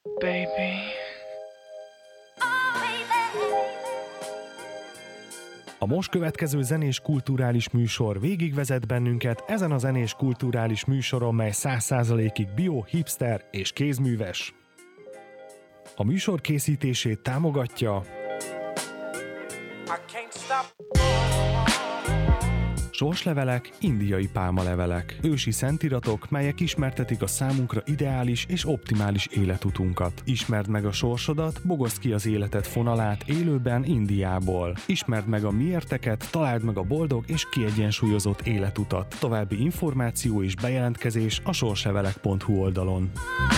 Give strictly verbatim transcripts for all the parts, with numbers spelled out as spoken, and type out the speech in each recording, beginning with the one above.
Baby. A most következő zenés kulturális műsor végigvezet bennünket ezen a zenés kulturális műsoron, mely száz százalékig bio, hipster és kézműves. A műsor készítését támogatja sorslevelek, indiai pálmalevelek, ősi szentiratok, melyek ismertetik a számunkra ideális és optimális életutunkat. Ismerd meg a sorsodat, bogozd ki az életed fonalát élőben Indiából. Ismerd meg a miérteket, találd meg a boldog és kiegyensúlyozott életutat. További információ és bejelentkezés a sorslevelek pont hu oldalon.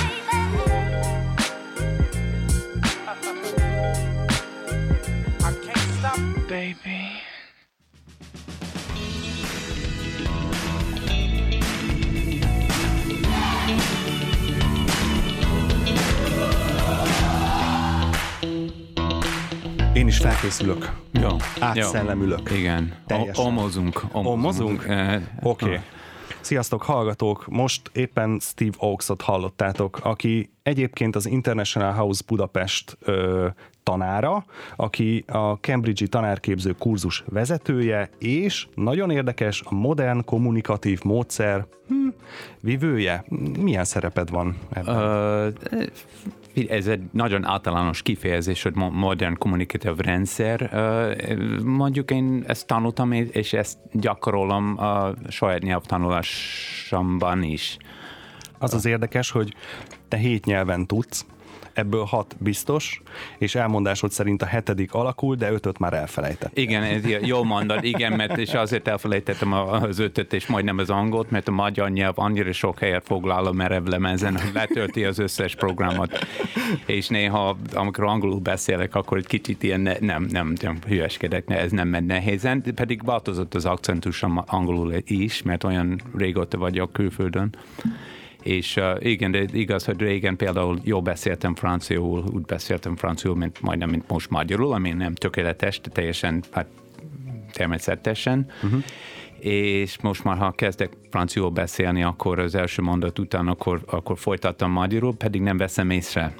Baby. Én is felkészülök. Jó. Átszellemülök. Igen. Teljesen. Omozunk. Omozunk? Eh, Oké. Okay. Sziasztok, hallgatók! Most éppen Steve Oakesot hallottátok, aki egyébként az International House Budapest ö, tanára, aki a Cambridge-i tanárképző kurzus vezetője, és nagyon érdekes, a modern kommunikatív módszer hm, vivője. Milyen szereped van ebben? Uh, ez egy nagyon általános kifejezés, hogy modern kommunikatív rendszer. Uh, mondjuk én ezt tanultam, és ezt gyakorolom a saját nyelvtanulásomban is. Az az érdekes, hogy te hét nyelven tudsz, ebből hat biztos, és elmondásod szerint a hetedik alakul, de ötöt már elfelejtett. Igen, ez jól mondod, igen, mert és azért elfelejtettem az ötöt, és majdnem az angolt, mert a magyar nyelv annyira sok helyet foglal a merevlemezen, hogy letölti az összes programot, és néha, amikor angolul beszélek, akkor egy kicsit ilyen ne, nem, nem, nem hülyeskedek, ez nem megy nehézen, pedig változott az akcentusom angolul is, mert olyan régóta vagyok külföldön. És uh, igen, de igaz, hogy régen például jól beszéltem franciául, úgy beszéltem franciául, mint majdnem, mint most magyarul, ami nem tökéletes, de teljesen hát, természetesen. Uh-huh. És most már, ha kezdek franciául beszélni, akkor az első mondat után, akkor, akkor folytattam magyarul, pedig nem veszem észre.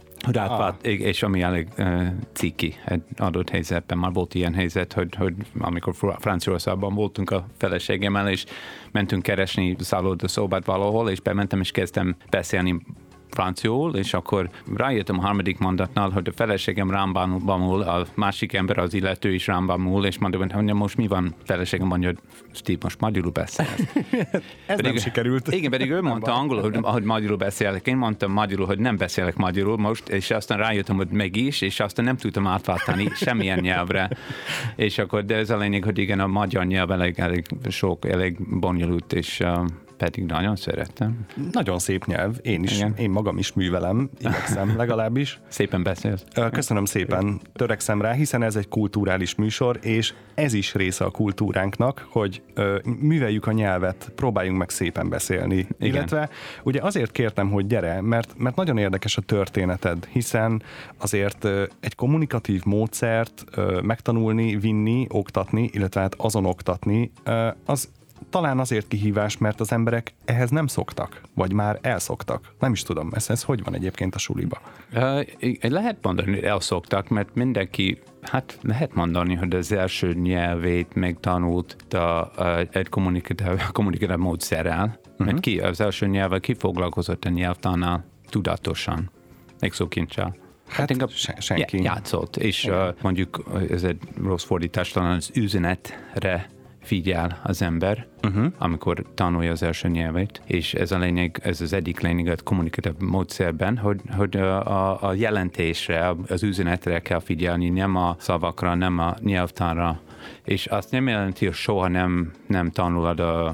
Ah. És ami elég uh, ciki egy adott helyzetben. Már volt ilyen helyzet, hogy, hogy amikor Franciaországban voltunk a feleségemmel, és mentünk keresni szállodaszobát valahol, és bementem, és kezdtem beszélni franciául, és akkor rájöttem a harmadik mondatnál, hogy a feleségem rám bámul, a másik ember, az illető is rám bámul, és mondom, hogy most mi van? A feleségem mondja, hogy Steve, most magyarul beszél. Ez pedig, nem sikerült. Igen, pedig ő mondta angolul, hogy, hogy magyarul beszélek. Én mondtam magyarul, hogy nem beszélek magyarul most, és aztán rájöttem, hogy meg is, és aztán nem tudtam átváltani semmilyen nyelvre. És akkor, de ez a lényeg, hogy igen, a magyar nyelv elég, elég sok, elég bonyolult, és uh, pedig nagyon szerettem. Nagyon szép nyelv, én is, igen. Én magam is művelem, igyekszem legalábbis. Szépen beszélsz. Köszönöm szépen, törekszem rá, hiszen ez egy kulturális műsor, és ez is része a kultúránknak, hogy műveljük a nyelvet, próbáljunk meg szépen beszélni. Igen. Illetve ugye azért kértem, hogy gyere, mert, mert nagyon érdekes a történeted, hiszen azért egy kommunikatív módszert megtanulni, vinni, oktatni, illetve hát azon oktatni, az talán azért kihívás, mert az emberek ehhez nem szoktak, vagy már elszoktak. Nem is tudom, ez, ez hogy van egyébként a suliba? Uh, lehet mondani, hogy elszoktak, mert mindenki, hát lehet mondani, hogy az első nyelvét megtanult a, a, egy kommunikatív, kommunikatív módszerrel, uh-huh. Mert ki az első nyelvvel kifoglalkozott a nyelvtannal tudatosan, megszókincsal. Hát, hát se, senki. Játszott, és uh, mondjuk ez egy rossz fordítás, talán az üzenetre figyel az ember, uh-huh. amikor tanulja az első nyelvét, és ez a lényeg, ez az egyik lényeg a kommunikatív módszerben, hogy, hogy a, a jelentésre, az üzenetre kell figyelni, nem a szavakra, nem a nyelvtanra, és azt nem jelenti, hogy soha nem, nem tanulod a,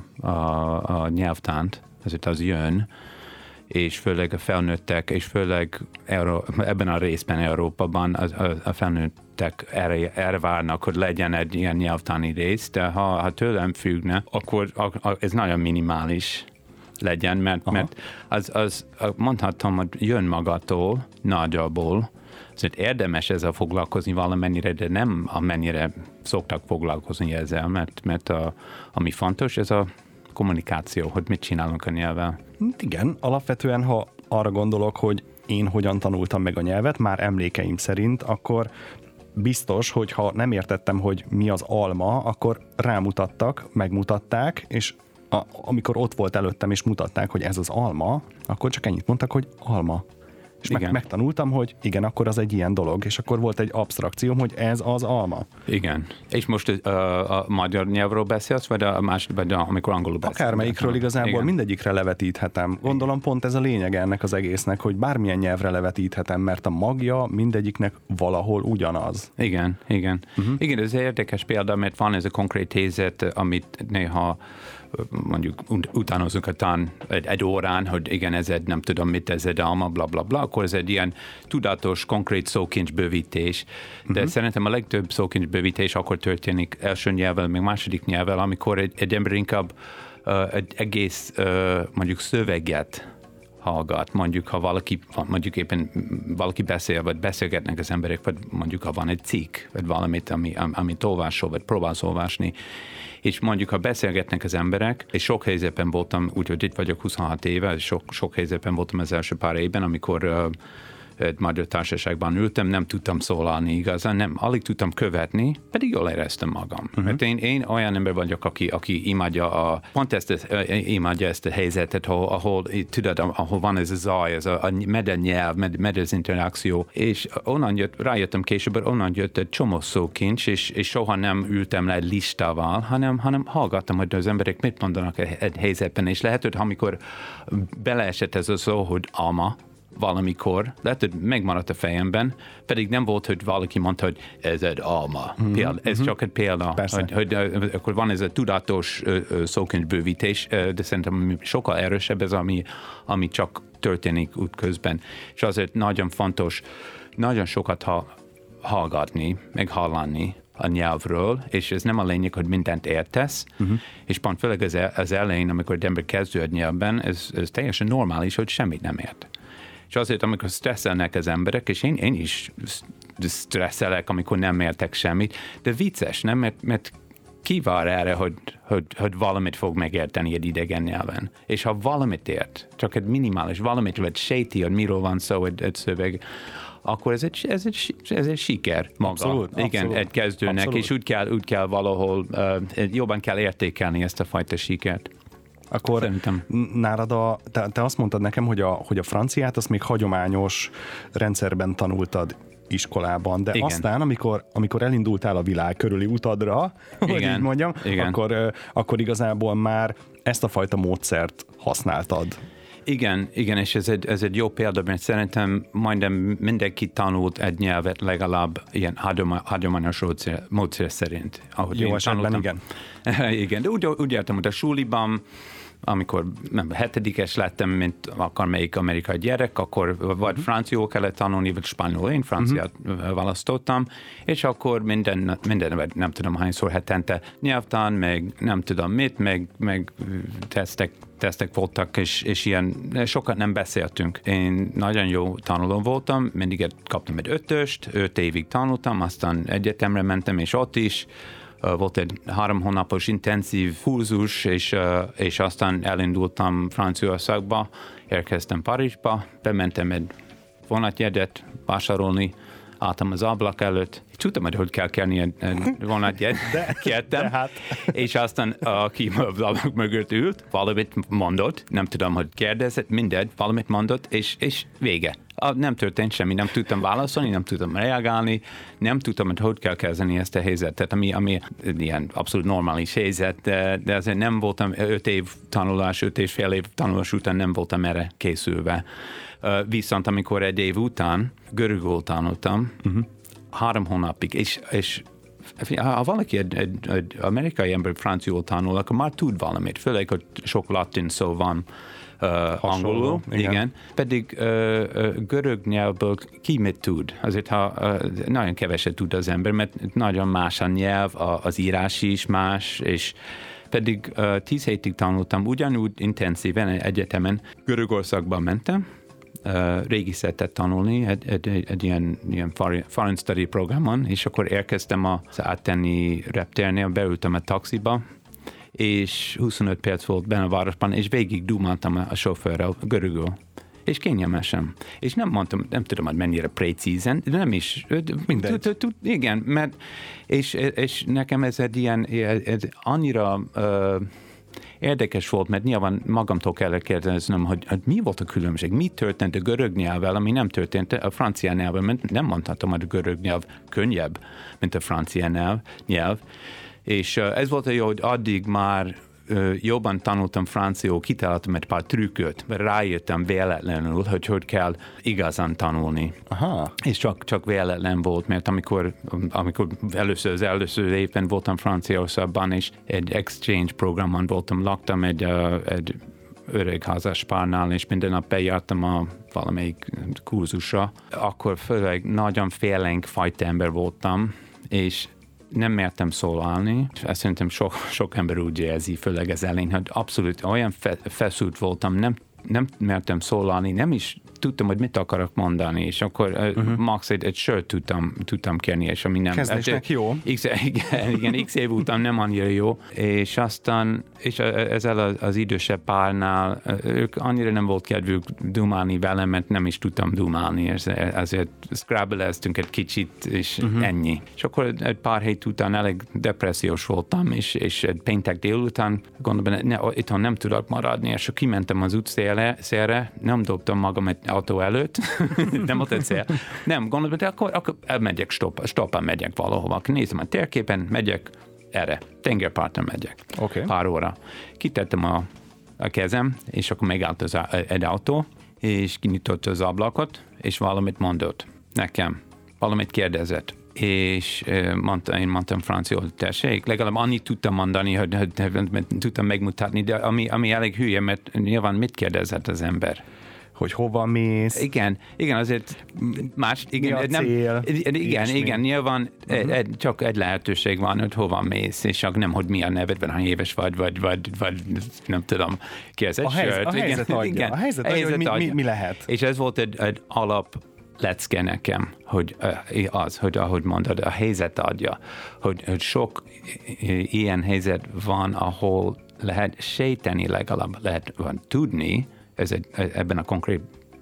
a, a nyelvtant, ezért az jön, és főleg a felnőttek, és főleg Euró- ebben a részben Európában a, a, a felnőttek erre, erre várnak, hogy legyen egy ilyen nyelvtani rész, de ha, ha tőlem függne, akkor a, a, ez nagyon minimális legyen, mert, mert az, az mondhatom, hogy jön magatól, nagyjából, azért érdemes ezzel foglalkozni valamennyire, de nem amennyire szoktak foglalkozni ezzel, mert, mert a, ami fontos, ez a kommunikáció, hogy mit csinálunk a nyelvvel. Igen, alapvetően, ha arra gondolok, hogy én hogyan tanultam meg a nyelvet, már emlékeim szerint, akkor biztos, hogy ha nem értettem, hogy mi az alma, akkor rámutattak, megmutatták, és a, amikor ott volt előttem, és mutatták, hogy ez az alma, akkor csak ennyit mondtak, hogy alma. És meg, megtanultam, hogy igen, akkor az egy ilyen dolog, és akkor volt egy absztrakcióm, hogy ez az alma. Igen. És most uh, a magyar nyelvről beszélsz, vagy a másik, vagy a, amikor angolul beszélsz? Akármelyikről igazából igen. mindegyikre levetíthetem. Gondolom pont ez a lényeg ennek az egésznek, hogy bármilyen nyelvre levetíthetem, mert a magja mindegyiknek valahol ugyanaz. Igen, igen. Uh-huh. Igen, ez érdekes példa, mert van ez a konkrét helyzet, amit néha mondjuk utánozunk a tán egy, egy órán, hogy igen, ez egy, nem tudom mit, ez egy alma, bla, bla, bla, akkor ez egy ilyen tudatos, konkrét szókincsbővítés. De uh-huh. szerintem a legtöbb szókincsbővítés akkor történik első nyelvvel, meg második nyelvvel, amikor egy, egy ember inkább uh, egy egész uh, mondjuk szöveget hallgat, mondjuk ha valaki, mondjuk éppen valaki beszél, vagy beszélgetnek az emberek, vagy mondjuk ha van egy cikk, vagy valamit, ami, amit olvasol, vagy próbálsz olvasni, és mondjuk, ha beszélgetnek az emberek, és sok helyzetben voltam, úgyhogy itt vagyok huszonhat éve, és sok, sok helyzetben voltam az első pár évben, amikor uh, egy magyar társaságban ültem, nem tudtam szólalni igazán, nem, alig tudtam követni, pedig jól éreztem magam. Uh-huh. Mert én, én olyan ember vagyok, aki, aki imádja, a, pont ezt, imádja ezt a helyzetet, ahol, ahol, tudod, ahol van ez a zaj, ez a, a mede nyelv, mede, mede az interakció, és onnan jött, rájöttem később, onnan jött egy csomó szókincs, és, és soha nem ültem le egy listával, hanem, hanem hallgattam, hogy az emberek mit mondanak egy helyzetben, és lehet, hogy amikor beleesett ez a szó, hogy alma, valamikor, lehet, hogy megmaradt a fejemben, pedig nem volt, hogy valaki mondta, hogy ez egy alma. Mm-hmm. Példa, ez mm-hmm. csak egy példa, hogy, hogy akkor van ez a tudatos szókincsbővítés, de szerintem sokkal erősebb ez, ami, ami csak történik útközben. És azért nagyon fontos, nagyon sokat ha, hallgatni, meg hallani a nyelvről, és ez nem a lényeg, hogy mindent értesz, uh-huh. és pont főleg az, az elején, amikor egy ember kezdő a nyelvben, ez, ez teljesen normális, hogy semmit nem ért. És azért, amikor stresszelnek az emberek, és én, én is stresszelek, amikor nem értek semmit, de vicces, nem? Mert, mert ki vár erre, hogy, hogy, hogy valamit fog megérteni egy idegen nyelven. És ha valamit ért, csak egy minimális valamit, vagy sejti, hogy miről van szó egy, egy szöveg, akkor ez egy, ez egy, ez egy siker maga. Abszolút, igen, abszolút, egy kezdőnek, abszolút. És úgy kell, úgy kell valahol uh, jobban kell értékelni ezt a fajta sikert. Akkor szerintem. Nálad a, te, te azt mondtad nekem, hogy a, hogy a franciát azt még hagyományos rendszerben tanultad iskolában, de igen. aztán, amikor, amikor elindultál a világ körüli utadra, hogy így mondjam, akkor, akkor igazából már ezt a fajta módszert használtad. Igen, igen, és ez egy, ez egy jó példa, mert szerintem majdnem mindenki tanult egy nyelvet legalább ilyen hagyományos módszer szerint. Ahogy jó esetben, igen. igen, de úgy, úgy értem, hogy a suliban, amikor nem, hetedikes lettem, mint akármelyik amerikai gyerek, akkor vagy franciául kellett tanulni, vagy spanyolul. Én franciát uh-huh. választottam, és akkor minden, minden, nem tudom hányszor hetente nyelvtan, meg nem tudom mit, meg, meg tesztek, tesztek voltak, és, és ilyen sokat nem beszéltünk. Én nagyon jó tanuló voltam, mindig kaptam egy ötöst, öt évig tanultam, aztán egyetemre mentem, és ott is volt egy három hónapos intenzív kurzus, és, és aztán elindultam Franciaországba, érkeztem Párizsba, bementem egy vonatjegyet vásárolni, álltam az ablak előtt, és tudtam, hogy hogy kell kérni egy, egy vonatjegyet, kértem, hát. És aztán aki az ablak mögött ült, valamit mondott, nem tudom, hogy kérdezett, mindegy, valamit mondott, és, és vége. Nem történt semmi, nem tudtam válaszolni, nem tudtam reagálni, nem tudtam, hogy hogy kell kezdeni ezt a helyzetet, ami, ami ilyen abszolút normális helyzet, de, de azért nem voltam öt év tanulás, öt és fél év tanulás után nem voltam erre készülve. Viszont amikor egy év után görögül tanultam, uh-huh. három hónapig, és, és ha valaki egy, egy, egy amerikai ember franciául tanul, akkor már tud valamit, főleg, hogy sok latin szó van, Uh, angolul, igen. igen. Pedig uh, uh, görög nyelvből ki mit tud? Azért, ha uh, nagyon keveset tud az ember, mert nagyon más a nyelv, a, az írás is más, és pedig uh, tíz hétig tanultam, ugyanúgy intenzíven egyetemen Görögországban mentem, uh, régészetet tanulni, egy, egy, egy, egy ilyen, ilyen foreign study programon, és akkor érkeztem az átteni reptérnél, beültem a taxiba, és huszonöt perc volt benne a városban, és végig dumáltam a sofőrrel görögül. és kényelmesen. És nem mondtam, nem tudom, hogy mennyire precízen, de nem is. Mindegy. Igen, mert és, és nekem ez egy ilyen, ez annyira uh, érdekes volt, mert nyilván magamtól kellett kérdeznem, hogy, hogy mi volt a különbség, mi történt a görög nyelvvel, ami nem történt a francia nyelvvel, mert nem mondhatom, hogy a görög nyelv könnyebb, mint a francia nyelv. nyelv. És uh, ez volt jó, hogy addig már uh, jobban tanultam franciául, kitaláltam egy pár trükköt, mert rájöttem véletlenül, hogy hogy kell igazán tanulni. Aha. És csak, csak véletlen volt, mert amikor, amikor először az először évben voltam Franciaországban, és egy exchange programon voltam, laktam egy, uh, egy öreg házas párnál, és minden nap bejártam a valamelyik kurzusra, akkor főleg nagyon félénk fajta ember voltam, és nem mertem szólalni. Ezt szerintem sok, sok ember úgy érzi, főleg az elején, hogy abszolút olyan fe, feszült voltam, nem, nem mertem szólalni, nem is tudtam, hogy mit akarok mondani, és akkor uh-huh. max egy, egy sört tudtam, tudtam kérni, és ami nem... Kezdésnek jó. X, igen, igen, x év után nem annyira jó, és aztán, és ezzel az, az idősebb párnál, ők annyira nem volt kedvük dumálni velem, mert nem is tudtam dumálni, és ezért scrabble-eztünk egy kicsit, és uh-huh. ennyi. És akkor egy pár hét után elég depressziós voltam, és, és egy péntek délután gondolom, ne, itthon nem tudok maradni, és akkor kimentem az utcára, nem dobtam magam egy autó előtt, nem volt egy cél. Nem, gondolom, de akkor, akkor elmegyek, stopp, stoppán megyek valahova. Nézem a térképen, megyek erre, tengerpartra megyek. Okay. Pár óra. Kitettem a, a kezem, és akkor megállt az, egy autó, és kinyitotta az ablakot, és valamit mondott nekem. Valamit kérdezett. És mondta, én mondtam franciául, tessék, legalább annyit tudtam mondani, hogy, hogy, hogy tudtam megmutatni, de ami, ami elég hülye, mert nyilván mit kérdezett az ember? Hogy hova mész. Igen, igen, azért más, igen, mi a nem, cél, igen, igen, nyilván uh-huh. egy, csak egy lehetőség van, hogy hova mész, és csak nem, hogy mi a neved, vagy hány éves vagy, vagy, vagy, vagy nem tudom, ki az egy a helyzet, sört. A helyzet igen, adja, igen, a helyzet, helyzet adja, hogy mi, mi, mi lehet. És ez volt egy, egy alap lecke nekem, hogy az, hogy ahogy mondod, a helyzet adja, hogy, hogy sok ilyen helyzet van, ahol lehet sejteni, legalább lehet van tudni, ez egy, ebben a konkrét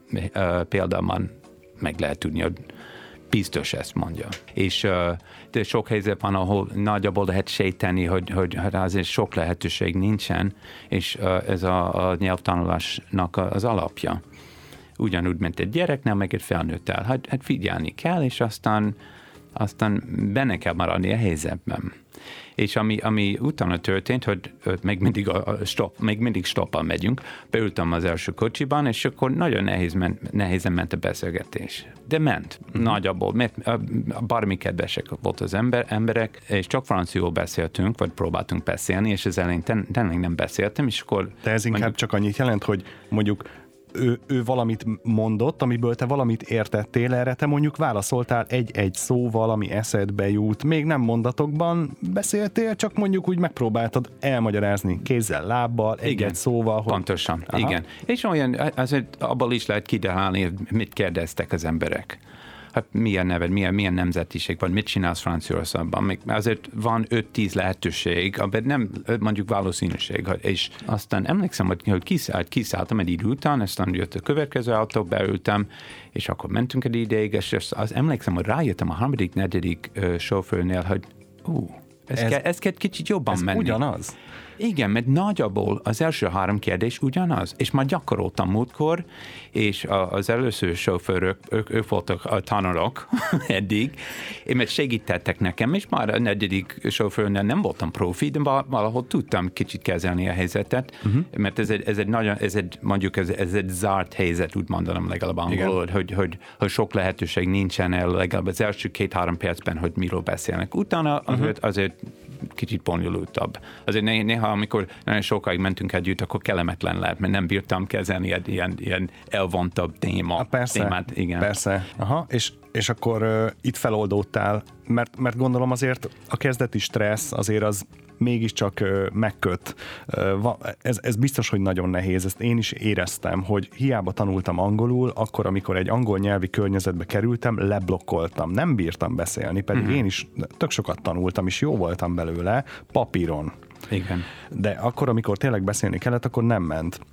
uh, példában meg lehet tudni, hogy biztos ezt mondja. És uh, de sok helyzet van, ahol nagyjából lehet sejteni, hogy, hogy, hogy azért sok lehetőség nincsen, és uh, ez a, a nyelvtanulásnak az alapja. Ugyanúgy, mint egy gyereknél, meg egy felnőttel. Hát, hát figyelni kell, és aztán, aztán benne kell maradni a helyzetben. És ami, ami utána történt, hogy még mindig, a stop, még mindig stoppal megyünk, beültem az első kocsiban, és akkor nagyon nehéz ment, nehézen ment a beszélgetés. De ment, mm-hmm. nagyjából, mert bármi kedvesek volt az ember, emberek, és csak franciául beszéltünk, vagy próbáltunk beszélni, és az elején ten, tényleg nem beszéltem, és akkor... De ez inkább mondjuk, csak annyit jelent, hogy mondjuk Ő, ő valamit mondott, amiből te valamit értettél, erre te mondjuk válaszoltál egy-egy szóval, ami eszedbe jut. Még nem mondatokban beszéltél, csak mondjuk úgy megpróbáltad elmagyarázni kézzel, lábbal, egy-egy szóval. Hogy... Pontosan, Aha. igen. És olyan, azért abból is lehet kiderálni, hogy mit kérdeztek az emberek. Hát milyen neved, milyen, milyen nemzetiség van, mit csinálsz Franciaországban. Még azért van öt-tíz lehetőség, abban nem mondjuk valószínűség. És aztán emlékszem, hogy, hogy kiszállt, kiszálltam egy idő után, aztán jött a következő autó, beültem, és akkor mentünk egy ideig, és az emlékszem, hogy rájöttem a harmadik, negyedik uh, sofőrnél, hogy ú, ez, ez, ke, ez kell kicsit jobban ez menni. ugyanaz? Igen, mert nagyjából az első három kérdés ugyanaz, és már gyakoroltam múltkor, és az először sofőrök, ők, ők voltak a tanulók eddig, és mert segítettek nekem, és már a negyedik sofőrnél nem voltam profi, de valahol tudtam kicsit kezelni a helyzetet, uh-huh. mert ez egy, ez egy nagyon, ez egy, mondjuk ez, ez egy zárt helyzet, úgy mondanom legalább angolul, hogy, hogy, hogy sok lehetőség nincsen el, legalább az első két-három percben, hogy miről beszélnek. Utána azért, uh-huh. azért kicsit bonyolultabb. Azért néha, amikor nagyon sokáig mentünk együtt, akkor kellemetlen lehet, mert nem bírtam kezelni egy ilyen, ilyen elvontabb téma, a, persze, témát. Igen. Persze. Aha, és, és akkor uh, itt feloldódtál, mert, mert gondolom azért a kezdeti stressz azért az mégiscsak uh, megköt. Uh, ez, ez biztos, hogy nagyon nehéz. Ezt én is éreztem, hogy hiába tanultam angolul, akkor, amikor egy angol nyelvi környezetbe kerültem, leblokkoltam. Nem bírtam beszélni, pedig uh-huh. én is tök sokat tanultam, és jó voltam belőle papíron. Igen. De akkor, amikor tényleg beszélni kellett, akkor nem ment.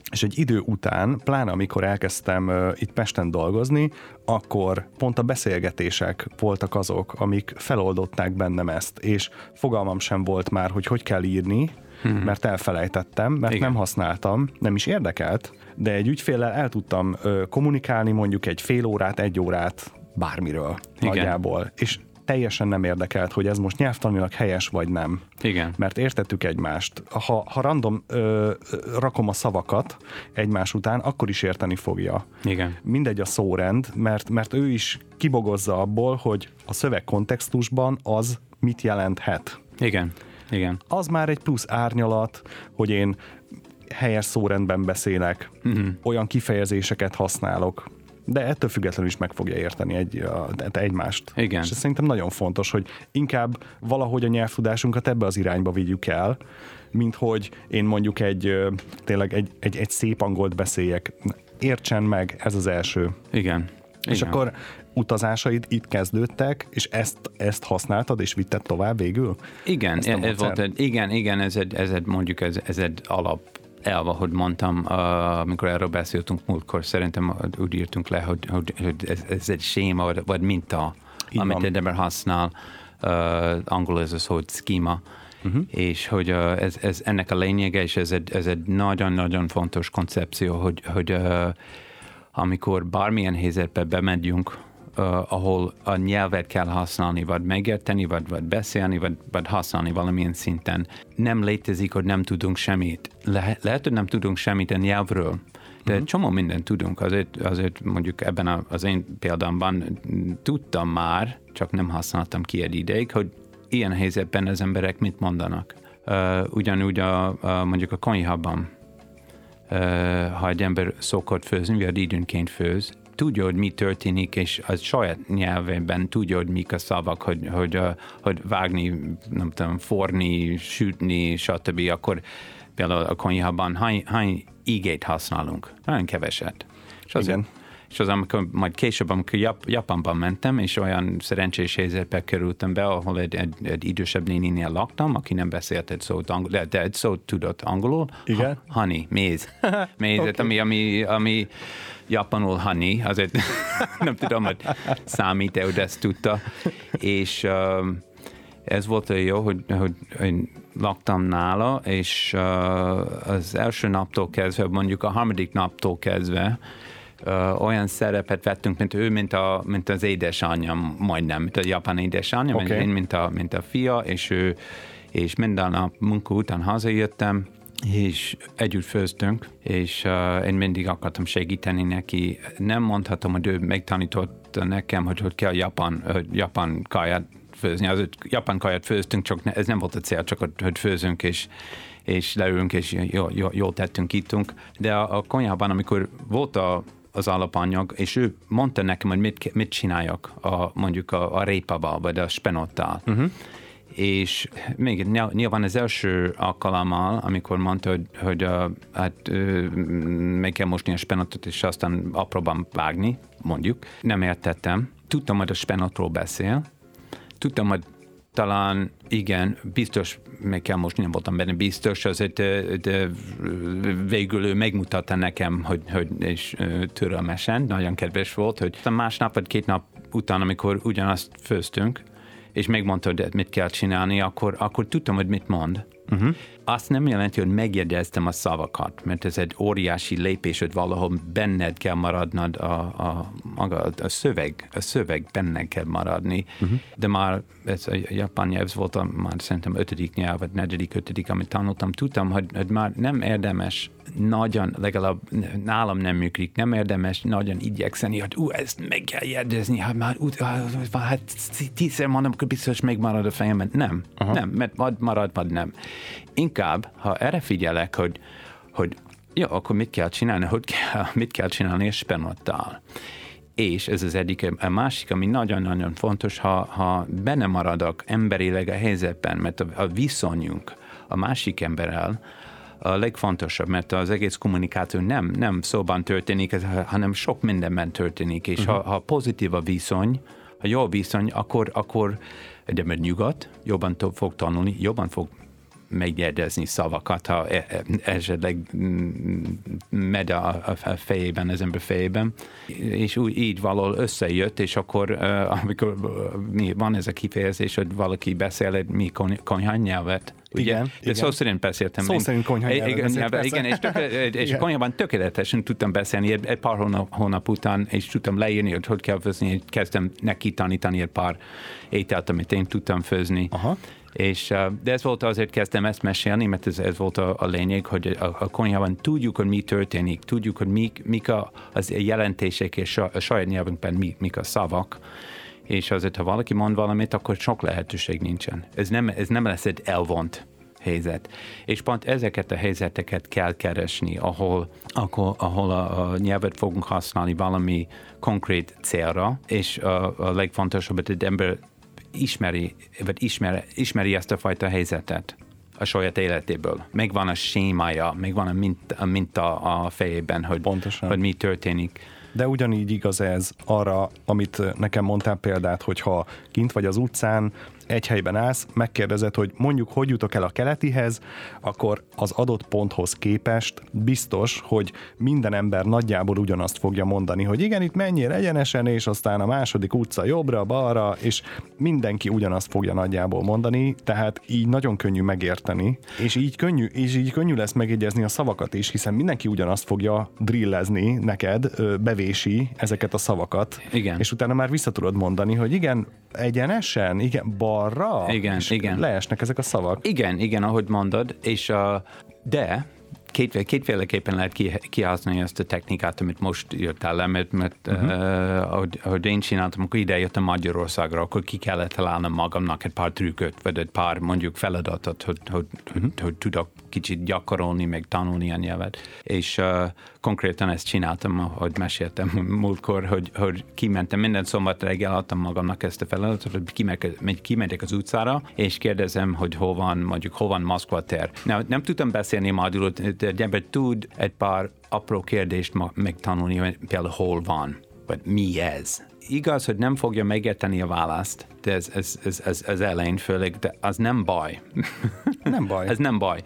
És egy idő után, pláne amikor elkezdtem uh, itt Pesten dolgozni, akkor pont a beszélgetések voltak azok, amik feloldották bennem ezt, és fogalmam sem volt már, hogy hogy kell írni, hmm. mert elfelejtettem, mert Igen. nem használtam, nem is érdekelt, de egy ügyféllel el tudtam uh, kommunikálni mondjuk egy fél órát, egy órát bármiről Igen. nagyjából, és teljesen nem érdekelt, hogy ez most nyelvtanilag helyes vagy nem. Igen. Mert értettük egymást. Ha, ha random ö, rakom a szavakat egymás után, akkor is érteni fogja. Igen. Mindegy a szórend, mert, mert ő is kibogozza abból, hogy a szöveg kontextusban az mit jelenthet. Igen. Igen. Az már egy plusz árnyalat, hogy én helyes szórendben beszélek, uh-huh. olyan kifejezéseket használok, de ettől függetlenül is meg fogja érteni egy, a, egymást. Igen. És ez szerintem nagyon fontos, hogy inkább valahogy a nyelvtudásunkat ebbe az irányba vigyük el, mint hogy én mondjuk egy, tényleg egy, egy, egy szép angolt beszéljek. Értsen meg, ez az első. Igen. És Igen. akkor utazásaid itt kezdődtek, és ezt, ezt használtad, és vitted tovább végül? Igen, ez volt egy, igen, igen, ez egy, ez egy mondjuk ez, ez egy alap elva, hogy mondtam, uh, amikor erről beszéltünk múltkor, szerintem úgy írtunk le, hogy, hogy, hogy ez, ez egy séma, vagy, vagy minta, Így amit egy ember használ. Uh, angol ez az, hogy schema. Uh-huh. És hogy uh, ez, ez ennek a lényege, és ez egy, ez egy nagyon-nagyon fontos koncepció, hogy, hogy uh, amikor bármilyen helyzetbe bemegyünk, Uh, ahol a nyelvet kell használni, vagy megérteni, vagy, vagy beszélni, vagy, vagy használni valamilyen szinten. Nem létezik, hogy nem tudunk semmit. Le, lehet, hogy nem tudunk semmit a nyelvről, de uh-huh. csomó mindent tudunk. Azért, azért mondjuk ebben a, az én példámban tudtam már, csak nem használtam ki egy ideig, hogy ilyen helyzetben az emberek mit mondanak. Uh, ugyanúgy a, a, mondjuk a konyhában, uh, ha egy ember szokott főzni, vagy időnként főz, tudja, hogy mi történik, és a saját nyelvében tudja, hogy mik a szavak, hogy, hogy, hogy vágni, nem tudom, forni, sütni, stb. Akkor például a konyhában hány, hány igét használunk? Nagyon keveset. És az, Igen. És az, amikor majd később, amikor Jap- Japánban mentem, és olyan szerencsés helyzetbe kerültem be, ahol egy, egy, egy idősebb néninél laktam, aki nem beszélt egy szót angol, de, de egy szót tudott angolul. Igen. Ha, honey, méz. Méz, okay. ami, ami, ami japanul honey, azért nem tudom, hogy számít, de ezt tudta. És uh, ez volt olyan jó, hogy, hogy én laktam nála, és uh, az első naptól kezdve, mondjuk a harmadik naptól kezdve, Uh, olyan szerepet vettünk, mint ő, mint, a, mint az édesanyja, majdnem, mint a japán édesanyja, okay. Én, mint a, mint a fia, és ő, és minden nap munka után hazajöttem, és együtt főztünk, és uh, én mindig akartam segíteni neki. Nem mondhatom, hogy ő megtanította nekem, hogy hogy kell japán, hogy japán kaját főzni. Az, japán kaját főztünk, csak ne, ez nem volt a cél, csak hogy főzünk, és és leülünk, és jól, jól, jól tettünk, ittunk. De a, a konyhában, amikor volt a az alapanyag, és ő mondta nekem, hogy mit, mit csináljak a, mondjuk a, a répával, vagy a spenottal. Uh-huh. És még nyilván az első alkalommal, amikor mondta, hogy, hogy uh, hát, uh, meg kell mosni a spenotot, és aztán apróban vágni, mondjuk. Nem értettem. Tudtam, hogy a spenotról beszél. Tudtam, hogy talán igen, biztos meg kell most, nem voltam benne biztos, azért de, de végül ő megmutatta nekem, hogy, hogy és türelmesen, nagyon kedves volt, hogy másnap vagy két nap után, amikor ugyanazt főztünk, és megmondta, hogy mit kell csinálni, akkor, akkor tudtam, hogy mit mond. Uh-huh. Azt nem jelenti, hogy megjegyeztem a szavakat, mert ez egy óriási lépés, hogy valahol benned kell maradnod a, a, maga, a szöveg, a szöveg benned kell maradni. Uh-huh. De már ez a japán nyelv volt, a, már szerintem ötödik nyelv, vagy negyedik, ötödik, amit tanultam, tudtam, hogy, hogy már nem érdemes nagyon, legalább nálam nem működik, nem érdemes nagyon igyekszeni, hogy ú, ezt meg kell jegyezni, hát már ú, hát tízszer mondom, hogy biztos megmarad a fejemben. Nem, Aha. nem, mert vagy marad, vagy nem. Inkább, ha erre figyelek, hogy, hogy jó, akkor mit kell csinálni, hogy kell, mit kell csinálni a spenottal. És ez az egyik, a másik, ami nagyon-nagyon fontos, ha, ha benne maradok emberileg a helyzetben, mert a, a viszonyunk a másik emberrel a legfontosabb, mert az egész kommunikáció nem, nem szóban történik, hanem sok mindenben történik, és uh-huh. ha, ha pozitív a viszony, ha jó a viszony, akkor, akkor egy ember nyugodt, jobban fog tanulni, jobban fog megjegyezni szavakat, ha esetleg megy a, a fejében, az ember fejében. És úgy, így valahol összejött, és akkor amikor van ez a kifejezés, hogy valaki beszél egy mi konyhanyelvet, ugye? Igen, de igen. szó szerint beszéltem. Szó szerint konyhanyelvet. Igen, és, töké, és konyhában tökéletesen tudtam beszélni egy pár hónap, hónap után, és tudtam leírni, hogy hogy kell főzni, kezdtem neki tanítani egy pár ételt, amit én tudtam főzni. Aha. És, de ez volt azért kezdtem ezt mesélni, mert ez, ez volt a, a lényeg, hogy a, a konyhában tudjuk, hogy mi történik, tudjuk, hogy mik, mik a, az jelentések, és a, a saját nyelvünkben mik, mik a szavak, és azért, ha valaki mond valamit, akkor sok lehetőség nincsen. Ez nem, ez nem lesz egy elvont helyzet. És pont ezeket a helyzeteket kell keresni, ahol, ahol, ahol a, a nyelvet fogunk használni valami konkrét célra, és a, a legfontosabb, hogy az ember ismeri, vagy ismer, ismeri ezt a fajta helyzetet a saját életéből. Megvan a sémája, megvan a minta, a, minta a fejében, hogy, hogy mi történik. De ugyanígy igaz ez arra, amit nekem mondtál példát, hogyha kint vagy az utcán, egy helyben állsz, megkérdezed, hogy mondjuk hogy jutok el a keletihez, akkor az adott ponthoz képest biztos, hogy minden ember nagyjából ugyanazt fogja mondani, hogy igen, itt menjél egyenesen, és aztán a második utca jobbra, balra, és mindenki ugyanazt fogja nagyjából mondani, tehát így nagyon könnyű megérteni, és így könnyű, és így könnyű lesz megjegyezni a szavakat is, hiszen mindenki ugyanazt fogja drillezni neked, bevési ezeket a szavakat, igen. És utána már vissza tudod mondani, hogy igen, egyenesen, igen, balra, igen, és igen. leesnek ezek a szavak. Igen, igen, ahogy mondod, és uh, de két, kétféleképpen lehet ki, kihasználni ezt a technikát, amit most írtál le, mert, mert uh-huh. uh, ahogy, ahogy én csináltam, akkor ide jöttem Magyarországra, akkor ki kellett találnom magamnak egy pár trükköt, vagy egy pár mondjuk feladatot, hogy, hogy, uh-huh. hogy, hogy tudok kicsit gyakorolni, meg tanulni a nyelvet. És uh, konkrétan ezt csináltam, ahogy meséltem múltkor, hogy, hogy kimentem, minden szombat reggel adtam magamnak ezt a feladatot, hogy kimegyek, kimegyek az utcára, és kérdezem, hogy hol van, mondjuk hol van Moszkva tér. Na, nem tudtam beszélni magyarul, de ember tud egy pár apró kérdést megtanulni, hogy például hol van, vagy mi ez. Igaz, hogy nem fogja megérteni a választ, de ez, ez, ez, ez, ez elején főleg, de az nem baj. Nem baj. Ez nem baj.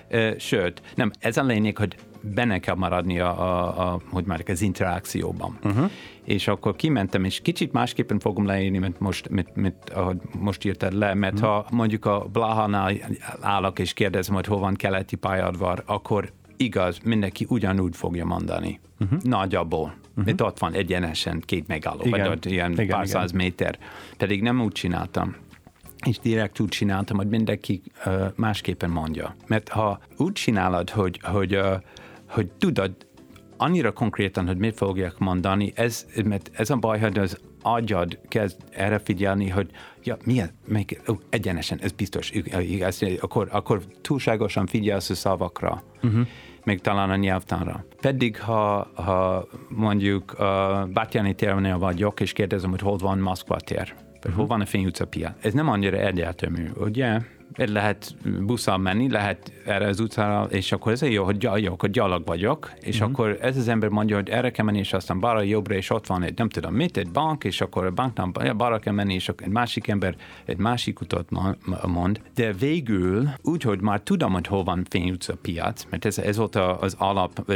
Sőt, nem, ez a lényeg, hogy benne kell maradni a, a, a, hogy már az interakcióban. Uh-huh. És akkor kimentem, és kicsit másképpen fogom leírni, mint most, mint, mint, ahogy most írtad le, mert uh-huh. ha mondjuk a Blahánál állok, és kérdezem, hogy hol van keleti pályaudvar, akkor igaz, mindenki ugyanúgy fogja mondani. Uh-huh. Nagyjából. Uh-huh. Mert ott van egyenesen két megálló, igen. Vagy ott ilyen igen, pár száz méter. Pedig nem úgy csináltam. És direkt úgy csináltam, hogy mindenki uh, másképpen mondja. Mert ha úgy csinálod, hogy, hogy, uh, hogy tudod annyira konkrétan, hogy mit fogják mondani, ez, mert ez a baj, hogy az agyad kezd erre figyelni, hogy ja, milyen, még, ó, egyenesen, ez biztos, igaz, akkor, akkor túlságosan figyelsz a szavakra, uh-huh. meg talán a nyelvtanra. Pedig, ha, ha mondjuk uh, Batyáni térnél vagyok, és kérdezem, hogy hol van Moszkva tér, uh-huh. hol van a Fény utca piac. Ez nem annyira egyértelmű, ugye? Lehet busszal menni, lehet erre az utcára, és akkor ez jó, hogy gyalog, hogy gyalog vagyok, és uh-huh. akkor ez az ember mondja, hogy erre kell menni, és aztán balra, jobbra, és ott van egy, nem tudom mit, egy bank, és akkor a banknál balra kell menni, és akkor egy másik ember egy másik utat mond, de végül úgy, hogy már tudom, hogy hol van Fény utca piac, mert ez, ez volt az alap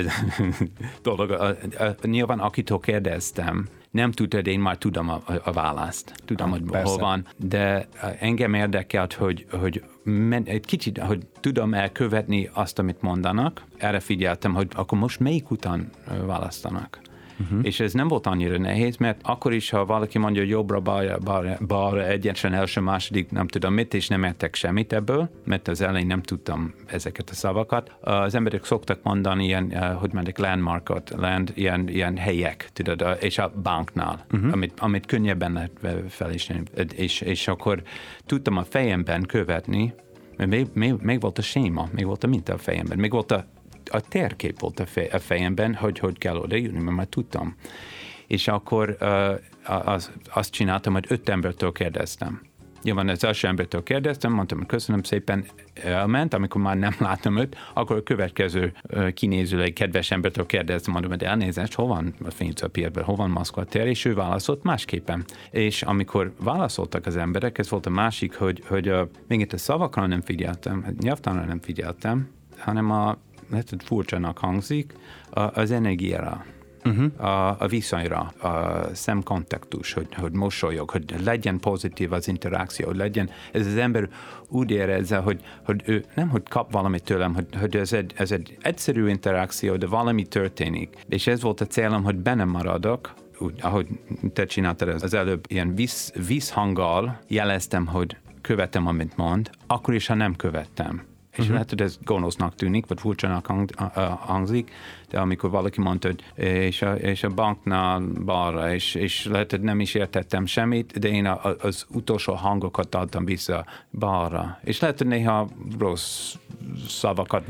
dolog, a, a, a, nyilván akitől kérdeztem, nem tudod, én már tudom a, a választ. Tudom, hogy persze. Hol van, de engem érdekelt, hogy, hogy men, egy kicsit, hogy tudom elkövetni azt, amit mondanak. Erre figyeltem, hogy akkor most melyik után választanak. Uh-huh. És ez nem volt annyira nehéz, mert akkor is, ha valaki mondja, hogy jobbra, balra, balra, balra egyenesen első, második, nem tudom mit, és nem értek semmit ebből, mert az elején nem tudtam ezeket a szavakat. Az emberek szoktak mondani ilyen, hogy mondják, landmarkot, land, ilyen, ilyen helyek, tudod, és a banknál, uh-huh. amit, amit könnyebben lehet felismerni. És, és akkor tudtam a fejemben követni, mert még, még, még volt a séma, még volt a minta a fejemben, még volt a a térkép volt a, fej, a fejemben, hogy hogy kell odajönni, mert már tudtam. És akkor uh, az, azt csináltam, hogy öt embertől kérdeztem. Nyilván az első embertől kérdeztem, mondtam, hogy köszönöm szépen, elment, amikor már nem láttam őt, akkor a következő kinéző, egy kedves embertől kérdeztem, mondom, hogy elnézést, hol van a Fényszapírben, hol van Moszkva tér, és ő válaszolt másképpen. És amikor válaszoltak az emberek, ez volt a másik, hogy, hogy uh, még itt a szavakra nem figyeltem, nyelvtanra nem figyeltem, hanem a, lehet, hogy furcsának hangzik, a, az energiára. Uh-huh. A, a viszonyra, a szemkontaktus, hogy, hogy mosolyog, hogy legyen pozitív az interakció, hogy legyen, ez az ember úgy érezze, hogy, hogy ő nem, hogy kap valamit tőlem, hogy, hogy ez, egy, ez egy egyszerű interakció, de valami történik. És ez volt a célom, hogy benne maradok, úgy, ahogy te csináltad az előbb, ilyen víz, vízhanggal jeleztem, hogy követem, amit mond, akkor is, ha nem követtem. És uh-huh. lehet, hogy ez gonosznak tűnik, vagy furcsának hang, hangzik, de amikor valaki mondta, hogy és a, és a banknál balra, és, és lehet, hogy nem is értettem semmit, de én a, az utolsó hangokat adtam vissza balra. És lehet, hogy néha rossz szavakat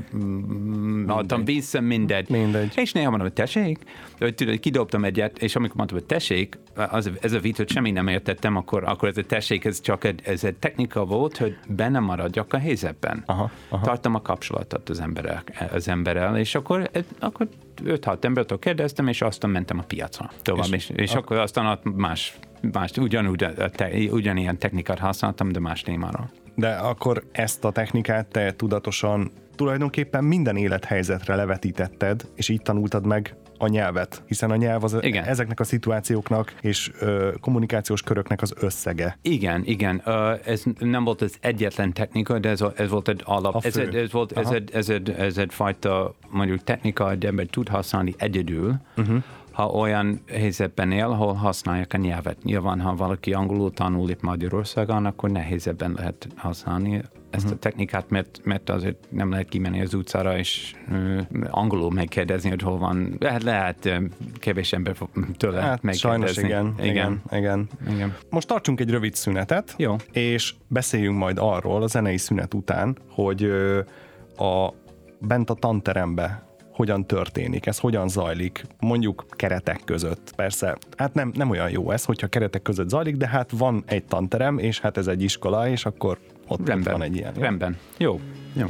adtam vissza, mindegy. mindegy. És néha mondom, hogy tessék, hogy tudod, kidobtam egyet, és amikor mondtam, hogy tessék, az, ez a vicc, hogy semmi nem értettem, akkor, akkor ez a tessék, ez csak egy, ez egy technika volt, hogy benne maradjak a helyzetben. Aha, aha. Tartom a kapcsolatot az emberrel, az emberrel, és akkor, akkor öt-hat embertől kérdeztem, és aztán mentem a piacra. Tovább, és, és, és akkor aztán más, más ugyanúgy, te, ugyanilyen technikát használtam, de más témára. De akkor ezt a technikát te tudatosan tulajdonképpen minden élethelyzetre levetítetted, és így tanultad meg a nyelvet, hiszen a nyelv az igen. ezeknek a szituációknak és ö, kommunikációs köröknek az összege. Igen, igen. Ö, ez nem volt az egyetlen technika, de ez, ez volt egy alap. Ez, egy, ez, volt, ez, egy, ez, egy, ez egy fajta mondjuk technika, hogy ember tud használni egyedül, uh-huh. ha olyan helyzetben él, ahol használják a nyelvet. Nyilván, ha valaki angolul tanul itt Magyarországon, akkor nehézebben lehet használni ezt uh-huh. a technikát, mert, mert azért nem lehet kimenni az utcára, és uh, angolul megkérdezni, hogy hol van. Lehet, lehet kevés ember tőle hát, megkérdezni. Sajnos igen, igen. Igen, igen. igen. Most tartsunk egy rövid szünetet, jó. És beszéljünk majd arról a zenei szünet után, hogy uh, a, bent a tanterembe hogyan történik, ez hogyan zajlik, mondjuk keretek között. Persze, hát nem, nem olyan jó ez, hogyha keretek között zajlik, de hát van egy tanterem, és hát ez egy iskola, és akkor ott, ott van egy ilyen. Jó? Rendben. Jó. Jó.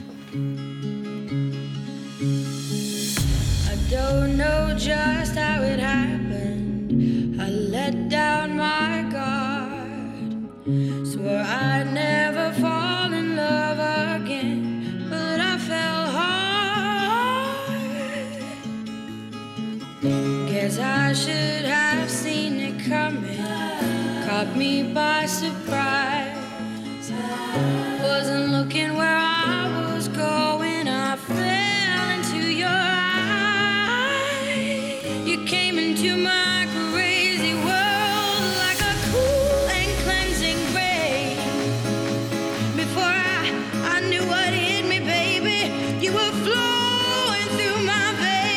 I don't know just how it happened. I let down my guard. Swore I'd never fall in love again, but I fell hard. Guess I should have seen it coming. Caught me by surprise. Wasn't looking where I was going. I fell into your eyes. You came into my crazy world like a cool and cleansing rain. Before I, I knew what hit me, baby, you were flowing through my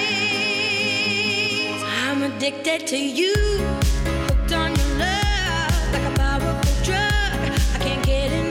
veins. I'm addicted to you, hooked on your love like a powerful drug. I can't get enough.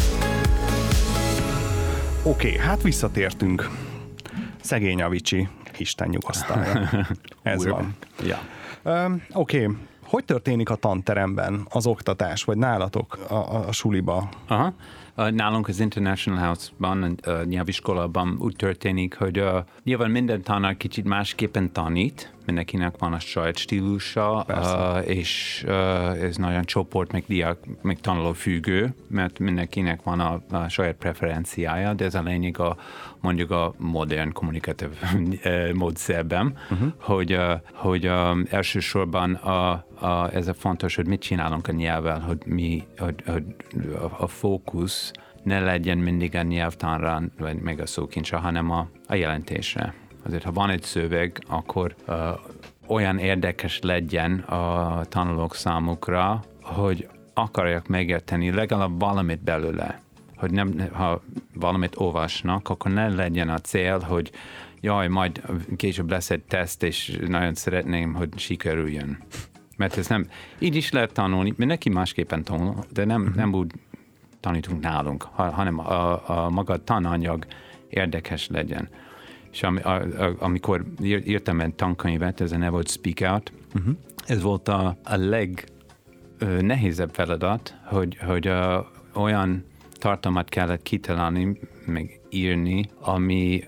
Oké, okay, hát visszatértünk. Szegény Avicii. Isten nyugasztalja. Ez van. Ja. Um, Oké. Okay. Hogy történik a tanteremben az oktatás, vagy nálatok a, a, a suliba? Aha. Uh, nálunk az International House-ban, uh, nyelviskolában úgy történik, hogy uh, nyilván minden tanár kicsit másképpen tanít, mindenkinek van a saját stílusa, uh, és uh, ez nagyon csoport, meg diák, meg tanuló függő, mert mindenkinek van a, a saját preferenciája, de ez a lényeg a mondjuk a modern kommunikatív módszerben, uh-huh. hogy, uh, hogy um, elsősorban a, a, ez a fontos, hogy mit csinálunk a nyelvvel, hogy mi hogy, hogy a, a fókusz ne legyen mindig a nyelvtanra, vagy meg a szókincsre, hanem a, a jelentésre. Azért, ha van egy szöveg, akkor uh, olyan érdekes legyen a tanulók számukra, hogy akarják megérteni legalább valamit belőle. Hogy nem, ha valamit olvasnak, akkor ne legyen a cél, hogy jaj, majd később lesz egy teszt, és nagyon szeretném, hogy sikerüljön. Mert ez nem, így is lehet tanulni, mindenki másképpen tanul, de nem, uh-huh. nem úgy tanítunk nálunk, hanem a, a maga tananyag érdekes legyen. És am, a, a, amikor írtam egy tankönyvet, ez a neve volt Speak Out, uh-huh. ez volt a, a legnehezebb feladat, hogy, hogy a, olyan tartalmat kellett kitalálni, meg írni, ami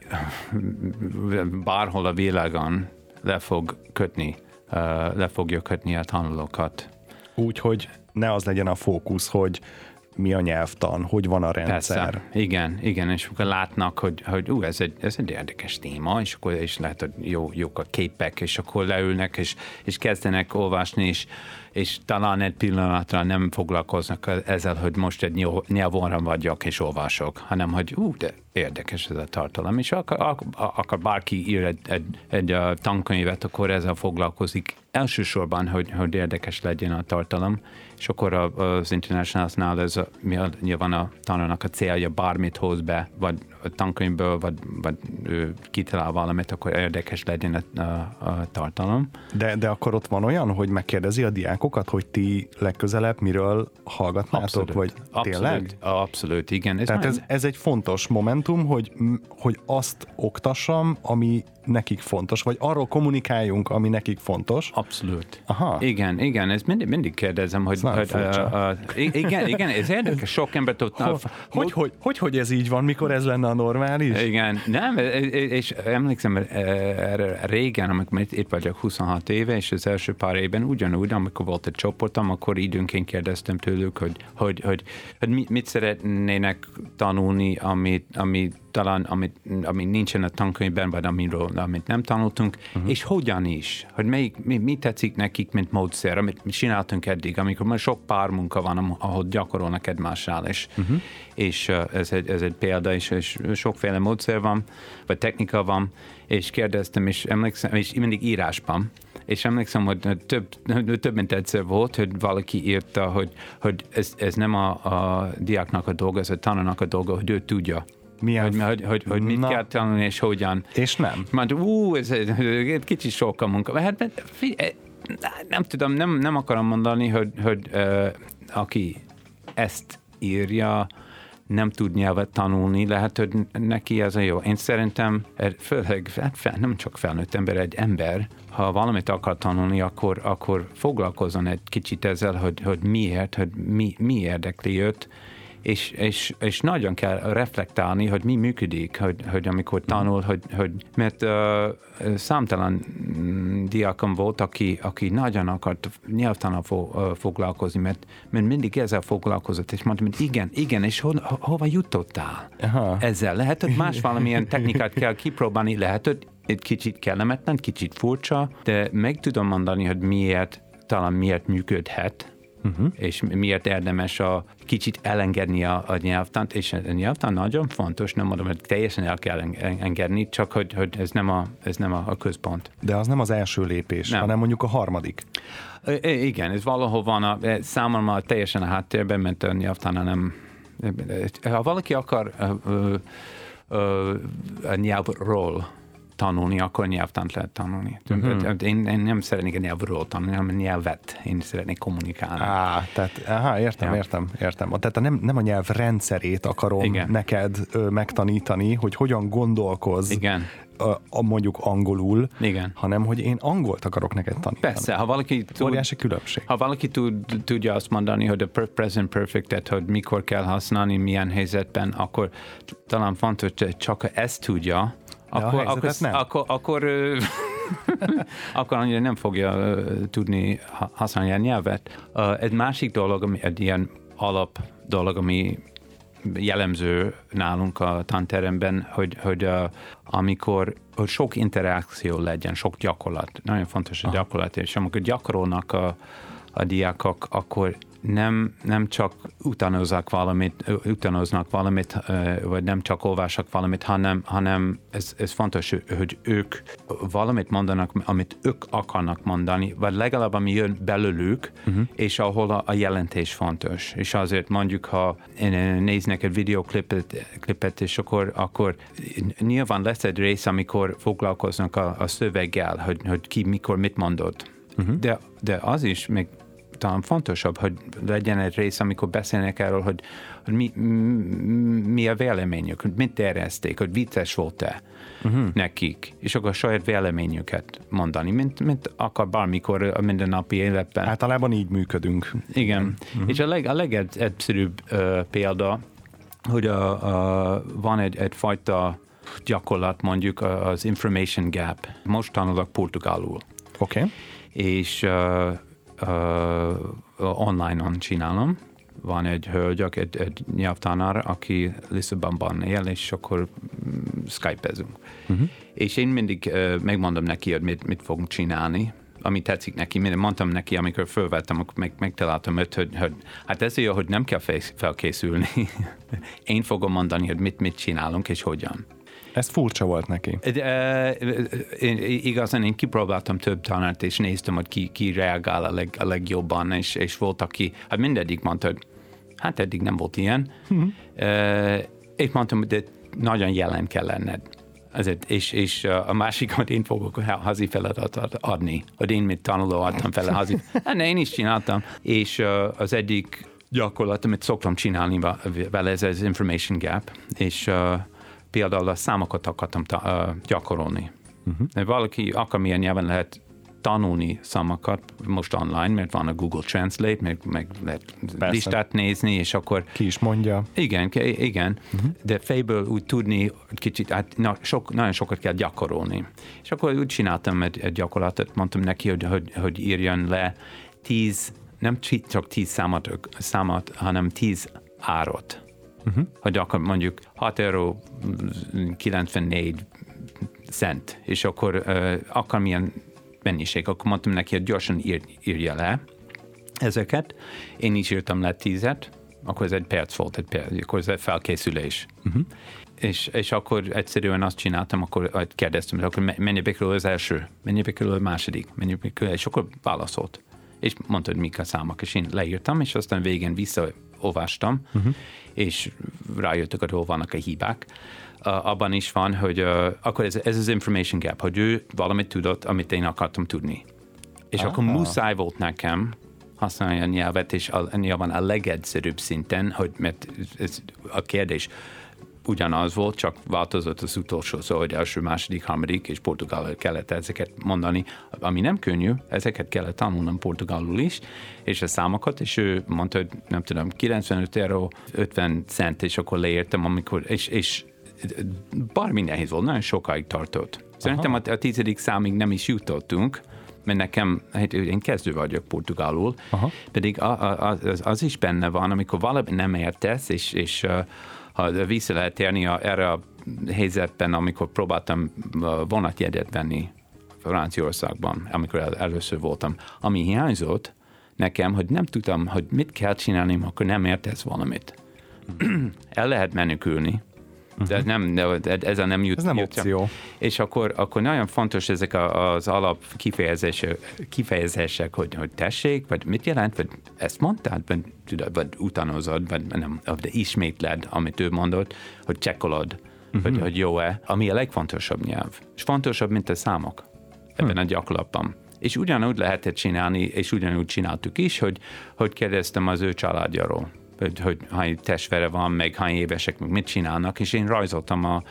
bárhol a világon le fog kötni, uh, le fogja kötni a tanulókat. Úgy, hogy ne az legyen a fókusz, hogy mi a nyelvtan, hogy van a rendszer. Persze. Igen, igen, és akkor látnak, hogy, hogy ú, ez egy, ez egy érdekes téma, és akkor is lehet, hogy jó, jók a képek, és akkor leülnek, és, és kezdenek olvasni, és, és talán egy pillanatra nem foglalkoznak ezzel, hogy most egy nyelvóran vagyok, és olvasok, hanem, hogy ú, de érdekes ez a tartalom, és akar, akar bárki ír egy, egy, egy tankönyvet, akkor ezzel foglalkozik. Elsősorban, hogy, hogy érdekes legyen a tartalom, és akkor az International-nál ez a, nyilván a tanulónak a célja, bármit hoz be, vagy a tankönyvből, vagy, vagy ő kitalál valamit, akkor érdekes legyen a, a, a tartalom. De, de akkor ott van olyan, hogy megkérdezi a diákokat, hogy ti legközelebb miről hallgatnátok, abszolút, vagy abszolút, tényleg? Abszolút, igen. Ez Tehát ez, ez egy fontos momentum, hogy, hogy azt oktassam, ami nekik fontos, vagy arról kommunikáljunk, ami nekik fontos. Abszolút. Aha. Igen, igen, ez mindig, mindig kérdezem, hogy... hogy uh, uh, igen, igen, ez érdekes, sok embert ott... Hogy, hogy, hogy, hogy, hogy ez így van, mikor ez lenne a normális? Igen, nem, és emlékszem erre régen, amikor itt vagyok huszonhat éve, és az első pár évben ugyanúgy, amikor volt egy csoportom, akkor időnként kérdeztem tőlük, hogy, hogy, hogy, hogy mit szeretnének tanulni, amit, amit talán, amit, amit nincsen a tankönyvben, vagy amiről, amit nem tanultunk, uh-huh. és hogyan is, hogy melyik, mi, mi tetszik nekik, mint módszer, amit csináltunk eddig, amikor már sok pár munka van, ahol gyakorolnak egymással, és, uh-huh. és ez, egy, ez egy példa, és, és sokféle módszer van, vagy technika van, és kérdeztem, és emlékszem, és mindig írásban, és emlékszem, hogy több, több mint egyszer volt, hogy valaki írta, hogy, hogy ez, ez nem a, a diáknak a dolga, ez a tanulónak a dolga, hogy ő tudja. Milyen? Hogy, hogy, hogy, hogy mit Na. kell tanulni, és hogyan. És nem. Majd, ú, ez egy kicsit sok a munka. Hát, figyelj, nem tudom, nem, nem akarom mondani, hogy, hogy uh, aki ezt írja, nem tud nyelvet tanulni, lehet, hogy neki ez a jó. Én szerintem, főleg fel, nem csak felnőtt ember, egy ember, ha valamit akar tanulni, akkor, akkor foglalkozzon egy kicsit ezzel, hogy, hogy miért, hogy mi, mi érdekli őt, És, és, és nagyon kell reflektálni, hogy mi működik, hogy, hogy amikor tanul, hogy, hogy mert uh, számtalan diákom volt, aki, aki nagyon akart nyelvtannal fo, uh, foglalkozni, mert, mert mindig ezzel foglalkozott, és mondtam, hogy igen, igen, és ho, ho, hova jutottál Aha. ezzel? Lehet, hogy más valamilyen technikát kell kipróbálni, lehet, hogy egy kicsit kellemetlen, kicsit furcsa, de meg tudom mondani, hogy miért, talán miért működhet, Uh-huh. és miért érdemes a kicsit elengedni a, a nyelvtant, és a nyelvtan nagyon fontos, nem mondom, hogy teljesen el kell engedni, csak hogy, hogy ez nem, a, ez nem a, a központ. De az nem az első lépés, nem. hanem mondjuk a harmadik. I- igen, ez valahol van, a, számomra teljesen a háttérben, mert a nyelvtana nem... Ha valaki akar a, a, a nyelvról tanulni, akkor nyelvtant lehet tanulni. Uh-huh. Én, én nem szeretnék a nyelvről tanulni, hanem a nyelvet. Én szeretnék kommunikálni. Á, tehát, aha, értem, ja. értem, értem. Tehát nem, nem a nyelv rendszerét akarom Igen. neked ö, megtanítani, hogy hogyan gondolkozz Igen. A, a mondjuk angolul, Igen. hanem hogy én angolt akarok neked tanítani. Persze, ha valaki tud, óriási különbség. Ha valaki tud, tudja azt mondani, hogy a present perfect-et, hogy mikor kell használni, milyen helyzetben, akkor talán fontos, hogy csak ezt tudja, akkor, akkor, akkor, akkor, akkor annyira nem fogja tudni használni a nyelvet. Egy másik dolog, ami egy ilyen alap dolog, ami jellemző nálunk a tanteremben, hogy, hogy uh, amikor hogy sok interakció legyen, sok gyakorlat. Nagyon fontos a gyakorlat, és amikor gyakorolnak a, a diákok, akkor nem, nem csak utánozzák valamit, utánoznak valamit, vagy nem csak olvasnak valamit, hanem, hanem ez, ez fontos, hogy ők valamit mondanak, amit ők akarnak mondani, vagy legalább ami jön belőlük, uh-huh. és ahol a, a jelentés fontos. És azért mondjuk, ha néznek egy videoklipet, klipet, és akkor, akkor nyilván lesz egy rész, amikor foglalkoznak a, a szöveggel, hogy, hogy ki mikor mit mondott. Uh-huh. De, de az is még talán fontosabb, hogy legyen egy rész, amikor beszélnek erről, hogy, hogy mi, mi a véleményük, hogy mit érezték, hogy vicces volt-e uh-huh. nekik, és akkor a saját véleményüket mondani, mint, mint akar bármikor a mindennapi életben. Általában így működünk. Igen, uh-huh. és a, leg, a legegyszerűbb uh, példa, hogy a, a, van egy, egyfajta gyakorlat, mondjuk az information gap. Most tanulok portugálul. Oké. Okay. És uh, Uh, online-on csinálom. Van egy hölgy, egy, egy nyelvtanár, aki Lisszabonban él, és akkor Skype-ezünk. Uh-huh. És én mindig uh, megmondom neki, hogy mit, mit fogunk csinálni, ami tetszik neki. Mondtam neki, amikor fölvettem, akkor meg, megtaláltam őt, hogy, hogy hát ez jó, hogy nem kell felkészülni. Én fogom mondani, hogy mit, mit csinálunk, és hogyan. Ez furcsa volt neki. De, én, igazán én kipróbáltam több tanárt, és néztem, hogy ki, ki reagál a, leg, a legjobban, és, és volt, aki, hát mindegyik mondta, hogy hát eddig nem volt ilyen. Uh-huh. Uh, én mondtam, hogy de nagyon jelen kell lenned. Ezért, és, és a másik, hogy én fogok hazi feladatot adni, hogy én mit tanuló adtam fel a hazi. Hát én is csináltam. És uh, az egyik gyakorlat, amit szoktam csinálni vele, ez az information gap, és uh, például a számokat akartam ta- uh, gyakorolni. Uh-huh. Valaki akármilyen nyelven lehet tanulni számokat most online, mert van a Google Translate, meg, meg lehet Persze. listát nézni, és akkor... Ki is mondja. Igen, igen, uh-huh. de fejből úgy tudni kicsit, hát na, sok, nagyon sokat kell gyakorolni. És akkor úgy csináltam egy, egy gyakorlatot, mondtam neki, hogy, hogy, hogy írjon le tíz, nem csak tíz számot, számot hanem tíz árat. Uh-huh. Hogy akkor mondjuk hat euró kilencvennégy cent, és akkor uh, akármilyen mennyiség, akkor mondtam neki, hogy gyorsan ír, írja le ezeket. Én is írtam le tízet, akkor ez egy perc volt, egy perc, akkor ez egy felkészülés. Uh-huh. És, és akkor egyszerűen azt csináltam, akkor kérdeztem, hogy akkor mennyibe kerül az első, mennyibe kerül a második, mennyibe kerül, és akkor válaszolt. És mondta, hogy mik a számok, és én leírtam, és aztán végén visszaolvastam, uh-huh. és rájöttek, hogy hol vannak a hibák. Uh, abban is van, hogy uh, akkor ez, ez az information gap, hogy ő valamit tudott, amit én akartam tudni. És Aha. akkor muszáj volt nekem használni a nyelvet, és a, nyilván a legegyszerűbb szinten, hogy mert ez, a kérdés ugyanaz volt, csak változott az utolsó szó, hogy első, második, harmadik, és portugálul kellett ezeket mondani, ami nem könnyű, ezeket kellett tanulnom portugálul is, és a számokat, és ő mondta, hogy nem tudom, kilencvenöt euró, ötven cent, és akkor leértem, amikor, és, és bármi nehéz volt, nagyon sokáig tartott. Szerintem a, a tizedik számig nem is jutottunk, mert nekem, hát én kezdő vagyok portugálul, Aha. pedig a, a, az, az is benne van, amikor valami nem értesz, és, és ha vissza lehet térni a, erre a helyzetben, amikor próbáltam vonatjegyet venni Franciaországban, amikor el, először voltam, ami hiányzott nekem, hogy nem tudtam, hogy mit kell csinálni, akkor nem értesz valamit. El lehet menekülni, de nem, de ezzel nem jut. Ez nem jut opció. És akkor, akkor nagyon fontos ezek az alap kifejezések, kifejezések hogy, hogy tessék, vagy mit jelent, vagy ezt mondtad, vagy, vagy utánozod, vagy nem, de ismétled, amit ő mondott, hogy csekkolod uh-huh. hogy, hogy jó-e, ami a legfontosabb nyelv. És fontosabb, mint a számok ebben hmm. a gyakorlatban. És ugyanúgy lehetett csinálni, és ugyanúgy csináltuk is, hogy, hogy kérdeztem az ő családjáról, hogy, hogy hány testvére van, meg hány évesek, meg mit csinálnak, és én rajzoltam a,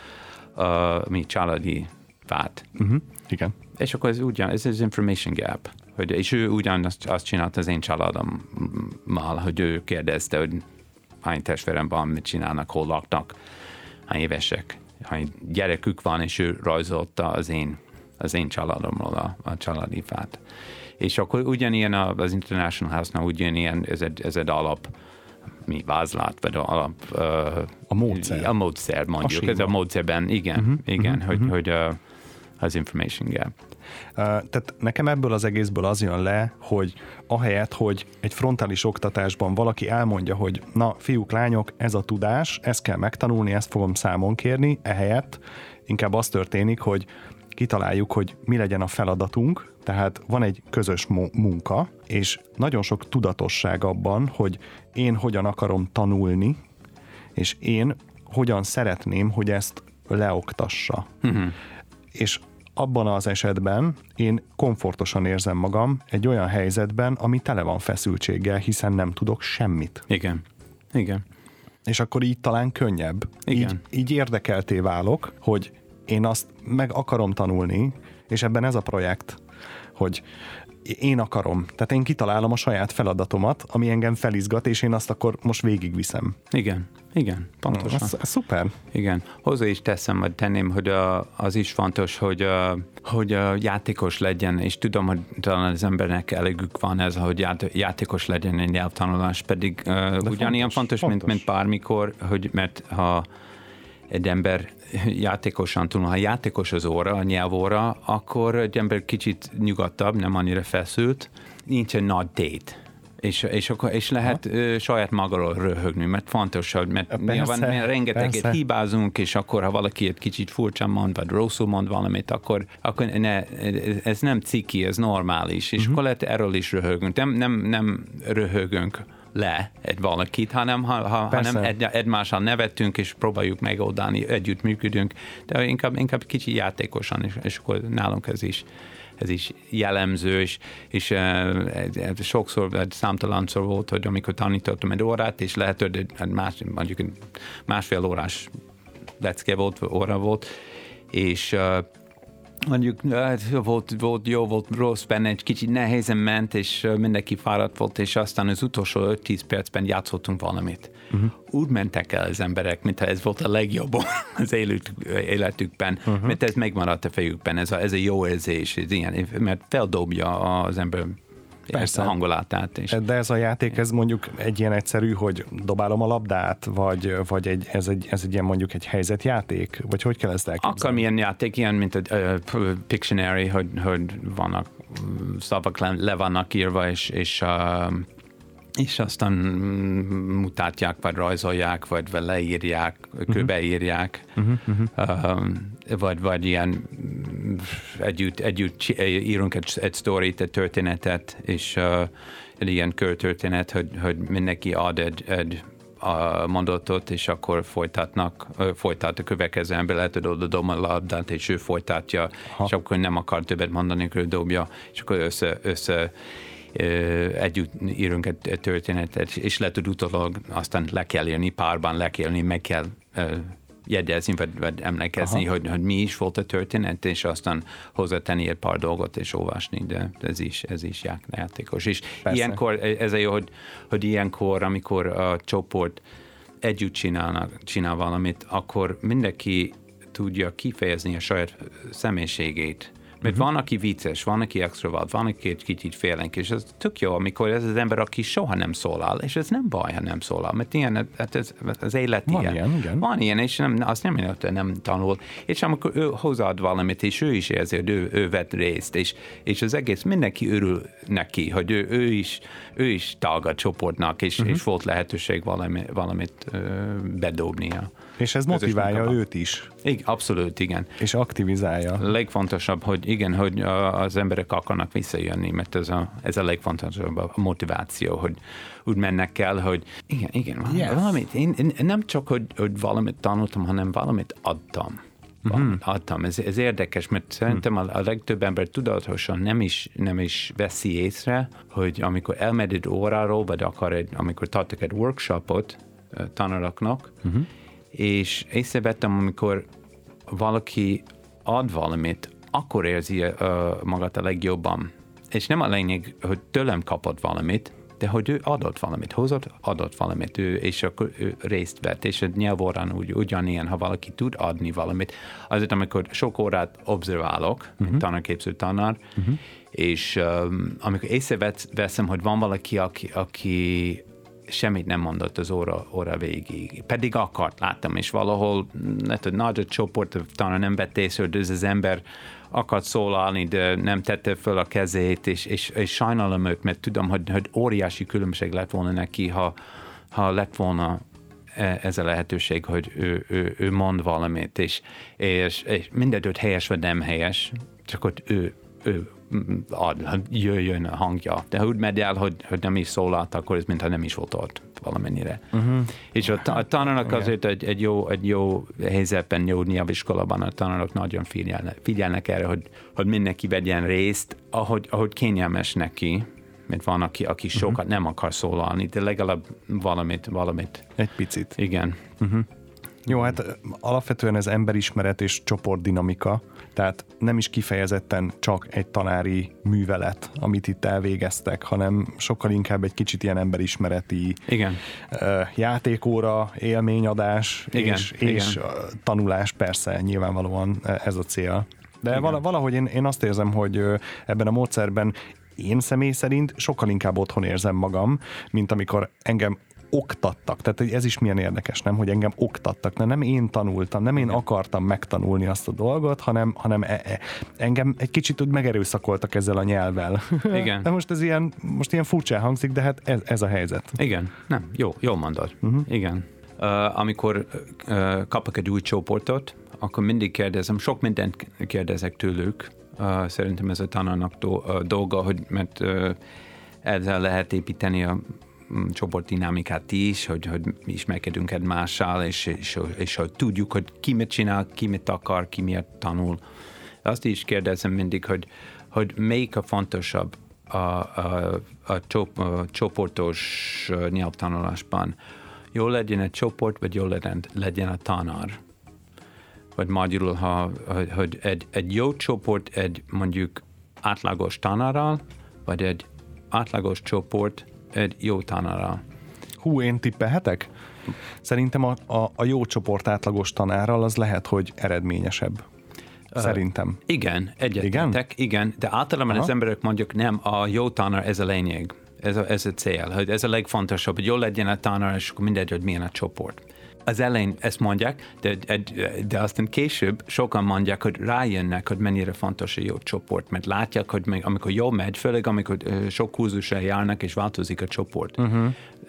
a mi családi fát. Uh-huh. Igen. És akkor ez ugyan, ez az information gap. Hogy, és ő ugyanazt azt csinált az én családommal, hogy ő kérdezte, hogy hány testvérem van, mit csinálnak, hol laknak, hány évesek, hány gyerekük van, és ő rajzolta az én, az én családomról a, a családi fát. És akkor ugyanilyen az International House-nál ugyanilyen, ez egy, ez egy alap, mi vázlat, vagy alap... Uh, a módszer. A módszer, mondjuk. A ez a módszerben, igen, uh-huh, igen, uh-huh, hogy, uh-huh. hogy uh, az information gap. Uh, tehát nekem ebből az egészből az jön le, hogy ahelyett, hogy egy frontális oktatásban valaki elmondja, hogy na, fiúk, lányok, ez a tudás, ezt kell megtanulni, ezt fogom számon kérni, ehelyett inkább az történik, hogy kitaláljuk, hogy mi legyen a feladatunk, tehát van egy közös munka, és nagyon sok tudatosság abban, hogy én hogyan akarom tanulni, és én hogyan szeretném, hogy ezt leoktassa. Uh-huh. És abban az esetben én komfortosan érzem magam egy olyan helyzetben, ami tele van feszültséggel, hiszen nem tudok semmit. Igen. Igen. És akkor így talán könnyebb. Igen. Így, így érdekelté válok, hogy én azt meg akarom tanulni, és ebben ez a projekt, hogy én akarom. Tehát én kitalálom a saját feladatomat, ami engem felizgat, és én azt akkor most végigviszem. Igen, igen, pontosan. Ez, ez szuper. Igen. Hozzá is teszem, vagy tenném, hogy a, az is fontos, hogy, a, hogy a játékos legyen, és tudom, hogy talán az embernek elegük van ez, hogy ját, játékos legyen egy nyelvtanulás, pedig uh, ugyanilyen fontos, fontos, fontos. Mint, mint bármikor, hogy, mert ha egy ember játékosan tanul, ha játékos az óra, a nyelvóra, akkor egy ember kicsit nyugodtabb, nem annyira feszült, nincs egy nagy tét. És, és, akkor, és lehet uh, saját magáról röhögni, mert fontos, hogy mert persze, nyilván, mert rengeteget persze. hibázunk, és akkor, ha valaki egy kicsit furcsán mond, vagy rosszul mond valamit, akkor, akkor ne, ez nem ciki, ez normális, és uh-huh. akkor lehet erről is röhögünk. Nem, nem, nem röhögünk le egy valakit, hanem, ha, ha, hanem egy, egymással nevettünk, és próbáljuk megoldani, együtt működünk, de inkább, inkább kicsi játékosan, és, és akkor nálunk ez is, ez is jellemző, és, és uh, sokszor, számtalanszor volt, hogy amikor tanítottam egy órát, és lehet, hogy más, mondjuk másfél órás lecke volt, óra volt, és uh, mondjuk volt, volt jó, volt rossz benne, egy kicsit nehézen ment, és mindenki fáradt volt, és aztán az utolsó öt-tíz percben játszottunk valamit. Uh-huh. Úgy mentek el az emberek, mintha ez volt a legjobb az élet, életükben, uh-huh. mert ez megmaradt a fejükben, ez a, ez a jó érzés, ez ilyen, mert feldobja az ember persze. a hangulatát. És de ez a játék, ez mondjuk egy ilyen egyszerű, hogy dobálom a labdát, vagy, vagy egy, ez, egy, ez egy ilyen mondjuk egy helyzetjáték? Vagy hogy kell ezt elképzelni? Akármilyen játék, ilyen, mint a uh, Pictionary, hogy, hogy vannak szavak le, le vannak írva, és, és, uh, és aztán mutatják, vagy rajzolják, vagy leírják, uh-huh. kőbeírják, uh-huh, uh-huh. Uh, vagy, vagy ilyen együtt, együtt írunk egy, egy sztorit, egy történetet, és uh, egy ilyen körtörténet, hogy, hogy mindenki ad egy, egy a mondatot, és akkor folytatnak, folytat a következő ember, lehet, hogy oda dob a labdát, és ő folytatja, ha. És akkor nem akar többet mondani, akkor ő dobja, és akkor össze, össze együtt írunk egy, egy történetet, és lehet, hogy utólag aztán le kell írni, párban le kell írni, meg kell jegyezni, vagy, vagy emlékezni, hogy, hogy mi is volt a történet, és aztán hozzátenni egy pár dolgot, és olvasni, de ez is, ez is játékos. És persze. Ilyenkor, ez a jó, hogy, hogy ilyenkor, amikor a csoport együtt csinálnak, csinál valamit, akkor mindenki tudja kifejezni a saját személyiségét. Mert uh-huh. van, aki vicces, van, aki extrovert, van, aki egy kicsit félénk, és ez tök jó, amikor ez az ember, aki soha nem szólal, és ez nem baj, ha nem szólal, mert ilyen, hát ez, az élet van ilyen. ilyen. Igen. Van ilyen, és nem, azt nem jelent, hogy nem tanul. És amikor ő hozzáad valamit, és ő is érzi, hogy ő, ő vett részt, és, és az egész mindenki örül neki, hogy ő, ő, is, ő is tag a csoportnak, és, uh-huh. és volt lehetőség valami, valamit uh, bedobnia. És ez motiválja őt is. Igen, abszolút, igen. És aktivizálja. A legfontosabb, hogy igen, hogy az emberek akarnak visszajönni, mert ez a, ez a legfontosabb a motiváció, hogy úgy mennek el, hogy igen, igen, yes. valamit, én, én nem csak, hogy, hogy valamit tanultam, hanem valamit adtam. Valamit mm-hmm. adtam. Ez, ez érdekes, mert szerintem a, a legtöbb ember tudatosan nem is, nem is veszi észre, hogy amikor elmegy egy óráról, vagy akar egy, amikor tartok egy workshopot tanulóknak, mm-hmm. és észrevettem, amikor valaki ad valamit, akkor érzi uh, magát a legjobban. És nem a lényeg, hogy tőlem kapott valamit, de hogy ő adott valamit, hozott, adott valamit, ő, és akkor ő részt vett. És a nyelvórán úgy, ugyanilyen, ha valaki tud adni valamit. Azért, amikor sok órát observálok, uh-huh. mint tanárképző tanár, uh-huh. és um, amikor észreveszem, hogy van valaki, aki, aki semmit nem mondott az óra, óra végig. Pedig akart, láttam, és valahol lehet, hogy nagy a csoport, talán nem vett észre, hogy ez az ember akart szólalni, de nem tette föl a kezét, és, és, és sajnálom őt, mert tudom, hogy, hogy óriási különbség lett volna neki, ha, ha lett volna ez a lehetőség, hogy ő, ő, ő mond valamit, és, és, és mindegyőt helyes vagy nem helyes, csak hogy ő, ő ad, jöjjön a hangja. De ha úgy megy el, hogy, hogy nem is szólalt, akkor ez mintha nem is volt ott valamennyire. Uh-huh. És a, a tanárok azért egy, egy, jó, egy jó helyzetben, jó nyelviskolában a tanárok nagyon figyelnek, figyelnek erre, hogy, hogy mindenki vegyen részt, ahogy, ahogy kényelmes neki, mert van, aki, aki uh-huh. sokat nem akar szólalni, de legalább valamit, valamit. Egy picit. Igen. Uh-huh. Jó, hát alapvetően ez emberismeret és csoportdinamika, tehát nem is kifejezetten csak egy tanári művelet, amit itt elvégeztek, hanem sokkal inkább egy kicsit ilyen emberismereti igen. játékóra, élményadás igen, és, igen. és tanulás, persze, nyilvánvalóan ez a cél. De igen. valahogy én, én azt érzem, hogy ebben a módszerben én személy szerint sokkal inkább otthon érzem magam, mint amikor engem oktattak. Tehát ez is milyen érdekes, nem? Hogy engem oktattak. Nem, nem én tanultam, nem én akartam megtanulni azt a dolgot, hanem, hanem e- e- engem egy kicsit úgy megerőszakoltak ezzel a nyelvvel. Igen. De most ez ilyen, most ilyen furcsán hangzik, de hát ez, ez a helyzet. Igen. Nem, jó, jó mondod. Uh-huh. Igen. Uh, amikor uh, kapok egy új csoportot, akkor mindig kérdezem, sok mindent kérdezek tőlük. Uh, szerintem ez a tanárnak do- uh, dolga, hogy mert uh, ezzel lehet építeni a csoportdinamikát is, hogy, hogy ismerkedünk egymással, és, és, és hogy tudjuk, hogy ki mit csinál, ki mit akar, ki miért tanul. Azt is kérdezem mindig, hogy, hogy melyik a fontosabb a, a, a, csop, a csoportos nyelvtanulásban. Jól legyen egy csoport, vagy jól legyen, legyen a tanár. Vagy magyarul, ha, hogy egy, egy jó csoport egy mondjuk átlagos tanárral, vagy egy átlagos csoport egy jó tanárral. Hú, én tippelhetek? Szerintem a, a, a jó csoport átlagos tanárral az lehet, hogy eredményesebb. Szerintem. Uh, igen, egyetértek, igen? igen, de általában Aha. az emberek mondjuk nem, a jó tanár ez a lényeg, ez a, ez a cél, hogy ez a legfontosabb, hogy jól legyen a tanár, és akkor mindegy, hogy milyen a csoport. Az elején ezt mondják, de, de aztán később sokan mondják, hogy rájönnek, hogy mennyire fontos a jó csoport, mert látják, hogy még, amikor jól megy, főleg amikor sok kurzusra járnak, és változik a csoport, uh-huh.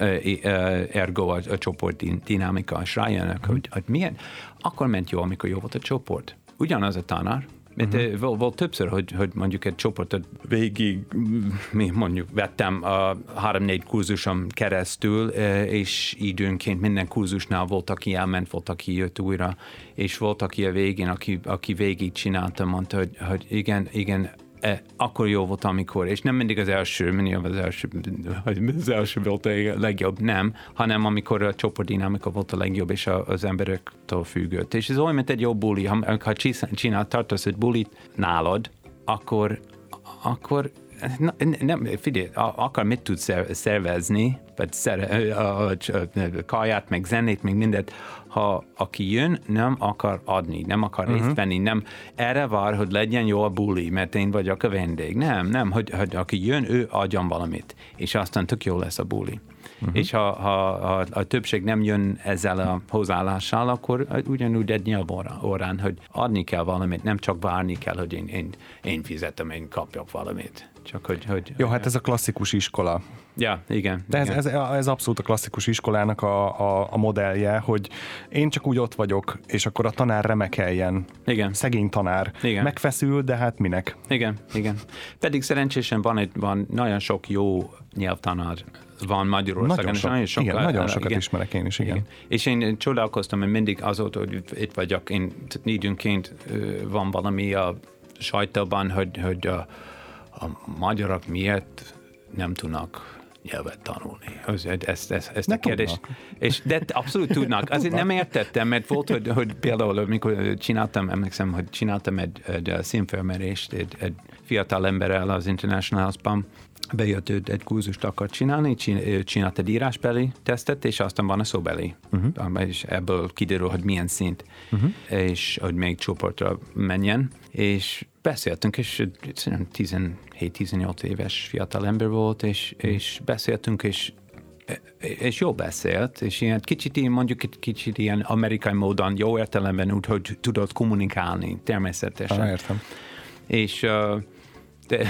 ergo a, a csoport dinamika, és rájönnek, uh-huh. hogy, hogy milyen, akkor ment jó, amikor jó volt a csoport. Ugyanaz a tanár, mert uh-huh. volt, volt többször, hogy, hogy mondjuk egy csoportot végig, mi mondjuk vettem a három-négy kurzusom keresztül, és időnként minden kurzusnál volt, aki elment, volt, aki jött újra, és volt, aki a végén, aki, aki végig csinálta, mondta, hogy, hogy igen, igen, E, akkor jó volt, amikor, és nem mindig az első, mindig az első, az első volt a legjobb, nem, hanem amikor a csoportdinamika volt a legjobb, és az emberektől függött. És ez olyan, mint egy jó buli, ha, ha csinál, tartasz egy bulit nálad, akkor, akkor na, nem, figyelj, akar mit tudsz szervezni, vagy szer, a, a, a kaját, meg zenét, meg mindent, ha aki jön, nem akar adni, nem akar uh-huh. részt venni, nem erre vár, hogy legyen jó a buli, mert én vagyok a vendég. Nem, nem, hogy, hogy aki jön, ő adjon valamit, és aztán tök jó lesz a buli. Uh-huh. És ha, ha, ha a többség nem jön ezzel a hozzáállással, akkor ugyanúgy egy nyelvórán, hogy adni kell valamit, nem csak várni kell, hogy én, én, én fizetem, én kapjak valamit. Csak hogy, hogy, Jó, hát ez a klasszikus iskola. Ja, igen. De ez, igen. ez, ez abszolút a klasszikus iskolának a, a, a modellje, hogy én csak úgy ott vagyok, és akkor a tanár remekeljen. Igen. Szegény tanár. Igen. Megfeszül, de hát minek? Igen, igen. Pedig szerencsésen van, egy, van nagyon sok jó nyelvtanár van Magyarországon. Nagyon, sok, nagyon, sok, igen, nagyon sokat igen. ismerek én is, igen. igen. És én csodálkoztam, hogy mindig azóta, hogy itt vagyok, én időnként van valami a sajtóban, hogy, hogy a, a magyarok miért nem tudnak nyelvet tanulni. Ezt, ezt, ezt a kérdést. És de abszolút tudnak. Azért nem értettem, mert volt, hogy, hogy például, amikor csináltam, emlékszem, hogy csináltam egy, egy színfelmérést egy, egy fiatal emberrel az International House-ban, bejött őt, egy kurzust akar csinálni, csinált egy írásbeli tesztet, és aztán van a szóbeli. Uh-huh. És ebből kiderül, hogy milyen szint, uh-huh. és hogy még csoportra menjen. És beszéltünk, és tizenhét-tizennyolc éves fiatal ember volt, és, és beszéltünk, és, és jó beszélt, és ilyen kicsit ilyen, mondjuk egy kicsit ilyen amerikai módon, jó értelemben úgy, hogy tudott kommunikálni, természetesen. Ah, értem. És uh, de,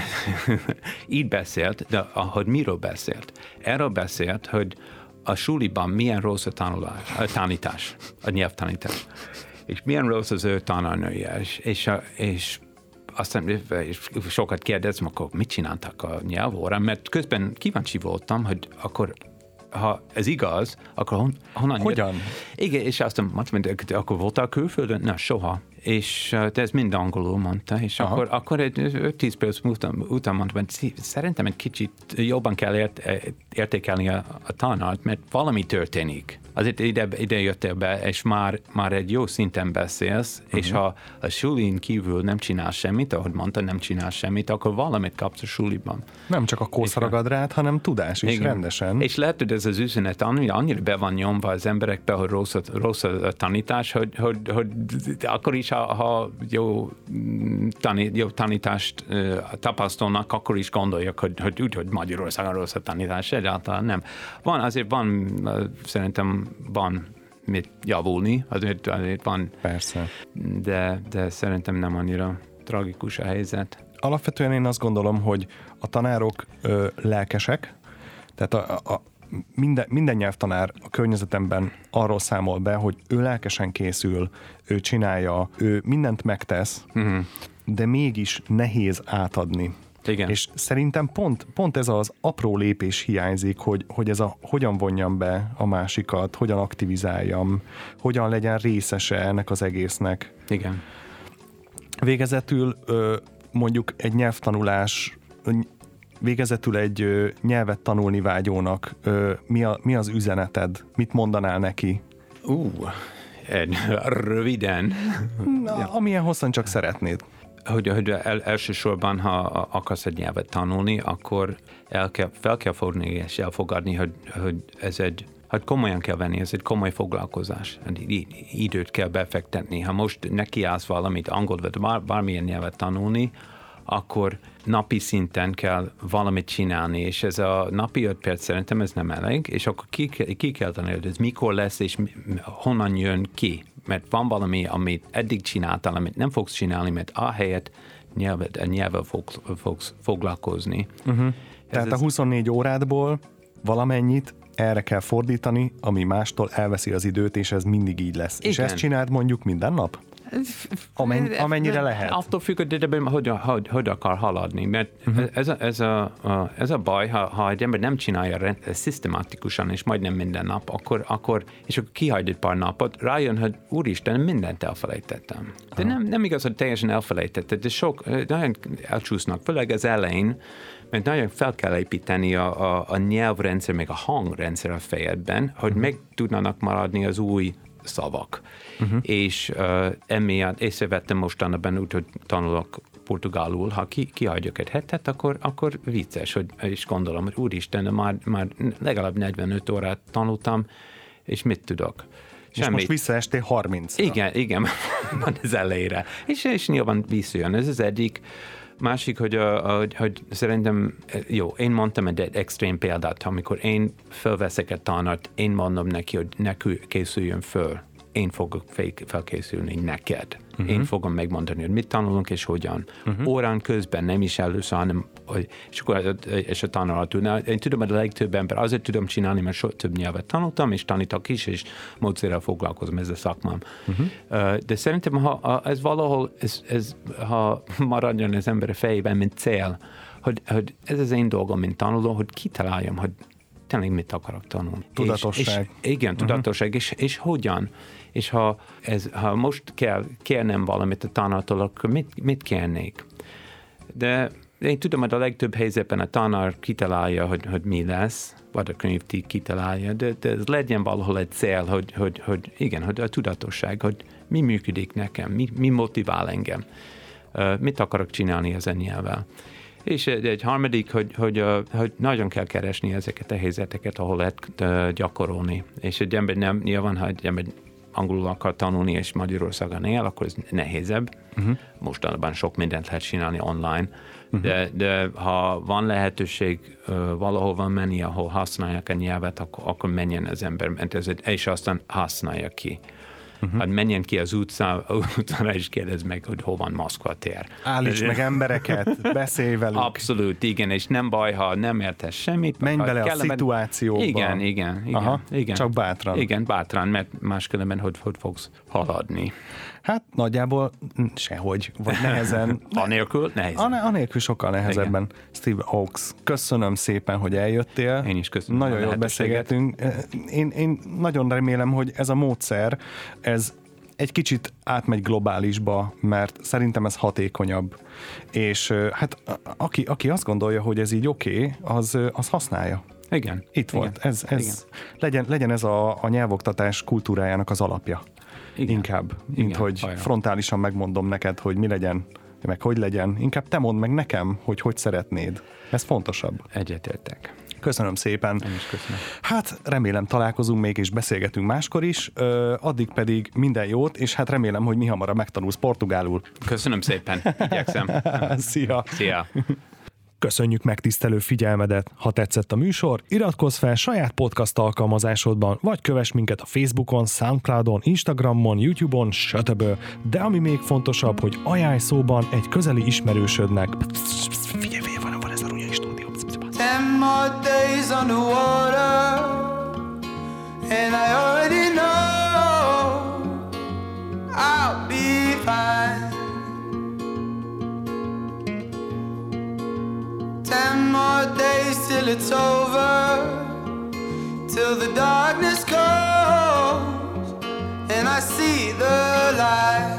így beszélt, de ahogy miről beszélt? Erről beszélt, hogy a suliban milyen rossz a tanulás, a tanítás, a nyelvtanítás, és milyen rossz az ő tanárnője, és, és, és aztán és sokat kérdezem, akkor mit csináltak a nyelvórán, mert közben kíváncsi voltam, hogy akkor ha ez igaz, akkor hon, honnan Hogyan? Jött? Igen, és aztán mondtam, akkor voltál külföldön? Na, soha. És de ez mind angolul mondta, és Aha. akkor, akkor egy öt-tíz perc után, után mondtam, hogy szerintem egy kicsit jobban kell ért, értékelni a, a tanárt, mert valami történik. Azért ide, ide jöttél be, és már, már egy jó szinten beszélsz, uh-huh. és ha a sulin kívül nem csinál semmit, ahogy mondta, nem csinál semmit, akkor valamit kapsz a suliban. Nem csak a kósz ragad rád, hanem tudás is, igen. rendesen. És lehet, hogy ez az üzenet annyira be van nyomva az emberekbe, hogy rossz, rossz a tanítás, hogy, hogy, hogy akkor is, ha, ha jó, tanít, jó tanítást uh, tapasztalnak, akkor is gondolják, hogy, hogy úgy, hogy Magyarországon rossz a tanítás. Egyáltalán nem. Van, azért van, uh, szerintem van mit javulni, azért, azért van. Persze. De, de szerintem nem annyira tragikus a helyzet. Alapvetően én azt gondolom, hogy a tanárok ö, lelkesek, tehát a, a, minden, minden nyelvtanár a környezetemben arról számol be, hogy ő lelkesen készül, ő csinálja, ő mindent megtesz, uh-huh. de mégis nehéz átadni. Igen. És szerintem pont, pont ez az apró lépés hiányzik, hogy, hogy ez a hogyan vonjam be a másikat, hogyan aktivizáljam, hogyan legyen részese ennek az egésznek. Igen. Végezetül mondjuk egy nyelvtanulás, végezetül egy nyelvet tanulni vágyónak mi, a, mi az üzeneted? Mit mondanál neki? Ú, uh, röviden. Na, ja. Amilyen hosszan csak szeretnéd. Hogy, hogy el, elsősorban, ha akarsz egy nyelvet tanulni, akkor el kell, fel kell fogni és elfogadni, hogy, hogy ez egy, hogy komolyan kell venni, ez egy komoly foglalkozás. Időt kell befektetni. Ha most nekiállsz valamit, angol vagy bár, bármilyen nyelvet tanulni, akkor napi szinten kell valamit csinálni, és ez a napi öt perc szerintem ez nem elég, és akkor ki, ki kell tanulni, hogy ez mikor lesz, és honnan jön ki. Mert van valami, amit eddig csináltál, amit nem fogsz csinálni, mert ahelyett nyelvet, nyelvvel fogsz, fogsz foglalkozni. Uh-huh. Tehát ez a huszonnégy órádból valamennyit erre kell fordítani, ami mástól elveszi az időt, és ez mindig így lesz. Igen. És ezt csináld mondjuk minden nap? Amen, amennyire lehet. Attól függ, hogy, hogy, hogy, hogy akar haladni, mert uh-huh. ez, a, ez, a, ez a baj, ha, ha egy ember nem csinálja rend, szisztematikusan, és majdnem minden nap, akkor, akkor és akkor kihagy egy pár napot, rájön, hogy úristen, mindent elfelejtettem. De nem, nem igaz, hogy teljesen elfelejtetted, de sok, nagyon elcsúsznak, főleg az elején, mert nagyon fel kell építeni a, a, a nyelvrendszer, meg a hangrendszer a fejedben, hogy uh-huh. meg tudnának maradni az új szavak. Uh-huh. És uh, emiatt észrevettem mostanában úgy, hogy tanulok portugálul, ha ki, kihagyok egy hetet, akkor, akkor vicces, hogy, és gondolom, hogy úristen, már, már legalább negyvenöt órát tanultam, és mit tudok? És Semmit. Most visszaestél harmincra. Igen, igen, van ez elejére. És, és nyilván visszajön. Ez az egyik. Másik, hogy, uh, hogy, hogy szerintem, jó, én mondtam egy extrém példát, amikor én felveszek egy tanart, én mondom neki, hogy ne készüljön föl. Én fogok felkészülni neked. Uh-huh. Én fogom megmondani, hogy mit tanulunk és hogyan. Uh-huh. Órán közben nem is először, hanem hogy, és akkor és a tanulat tudna. Én tudom, hogy a legtöbb ember azért tudom csinálni, mert so, több nyelvet tanultam, és tanítok is, és módszerrel foglalkozom, ez a szakmám. Uh-huh. De szerintem, ha ez valahol, ez, ez, ha maradjon az ember fejében, mint cél, hogy, hogy ez az én dolgom, mint tanuló, hogy kitaláljam, hogy tényleg mit akarok tanulni. Tudatosság. És, és, igen, tudatosság, uh-huh. és, és hogyan. És ha, ez, ha most kell, kérnem valamit a tanártól, akkor mit, mit kérnék? De én tudom, hogy a legtöbb helyzetben a tanár kitalálja, hogy, hogy mi lesz, vagy a könyvtír kitalálja, de, de ez legyen valahol egy cél, hogy, hogy, hogy igen, hogy a tudatosság, hogy mi működik nekem, mi, mi motivál engem, uh, mit akarok csinálni ezen nyelvvel. És egy harmadik, hogy, hogy, hogy nagyon kell keresni ezeket a helyzeteket, ahol lehet gyakorolni. És egy ember nem, nyilván, ha egy ember angolul akar tanulni, és Magyarországon él, akkor ez nehézebb. Uh-huh. Mostanában sok mindent lehet csinálni online. Uh-huh. De, de ha van lehetőség valahol van menni, ahol használják a nyelvet, akkor, akkor menjen az ember, és aztán használja ki. Uh-huh. Hát menjen ki az utcá, utcára és kérdezz meg, hogy hol van Moszkva tér. Állíts meg embereket, beszélj velük. Abszolút, igen, és nem baj, ha nem értesz semmit. Menj bele a szituációba. Igen, igen, igen, Aha, igen. Csak bátran. Igen, bátran, mert máskülönben hogy, hogy fogsz haladni. Hát nagyjából sehogy, vagy nehezen. Anélkül nehezen. Anélkül sokkal nehezebben. Igen. Steve Oakes, köszönöm szépen, hogy eljöttél. Én is köszönöm. Nagyon jól beszélgetünk. Én, én nagyon remélem, hogy ez a módszer, ez egy kicsit átmegy globálisba, mert szerintem ez hatékonyabb. És hát aki, aki azt gondolja, hogy ez így oké, okay, az, az használja. Igen. Itt igen. volt. Ez, ez legyen, legyen ez a, a nyelvoktatás kultúrájának az alapja. Igen. Inkább, mint igen, hogy hajra. Frontálisan megmondom neked, hogy mi legyen, meg hogy legyen. Inkább te mondd meg nekem, hogy hogy szeretnéd. Ez fontosabb. Egyetértek. Köszönöm szépen. Én is köszönöm. Hát remélem találkozunk még, és beszélgetünk máskor is. Ö, addig pedig minden jót, és hát remélem, hogy mi hamarabb megtanulsz portugálul. Köszönöm szépen. Igyekszem. Szia. Szia. Köszönjük megtisztelő figyelmedet! Ha tetszett a műsor, iratkozz fel saját podcast alkalmazásodban, vagy kövess minket a Facebookon, Soundcloudon, Instagramon, YouTube-on, stb. De ami még fontosabb, hogy ajánlj szóban egy közeli ismerősödnek. Figyelj, figyelj, van, van ez a Runyai Stúdió. Ten more days on the water, and I already know I'll be fine. Ten more days till it's over, till the darkness goes, and I see the light.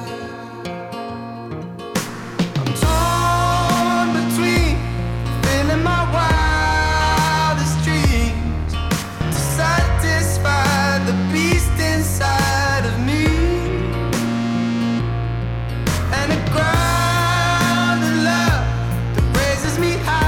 I'm torn between feeling my wildest dreams to satisfy the beast inside of me, and a ground of love that raises me high.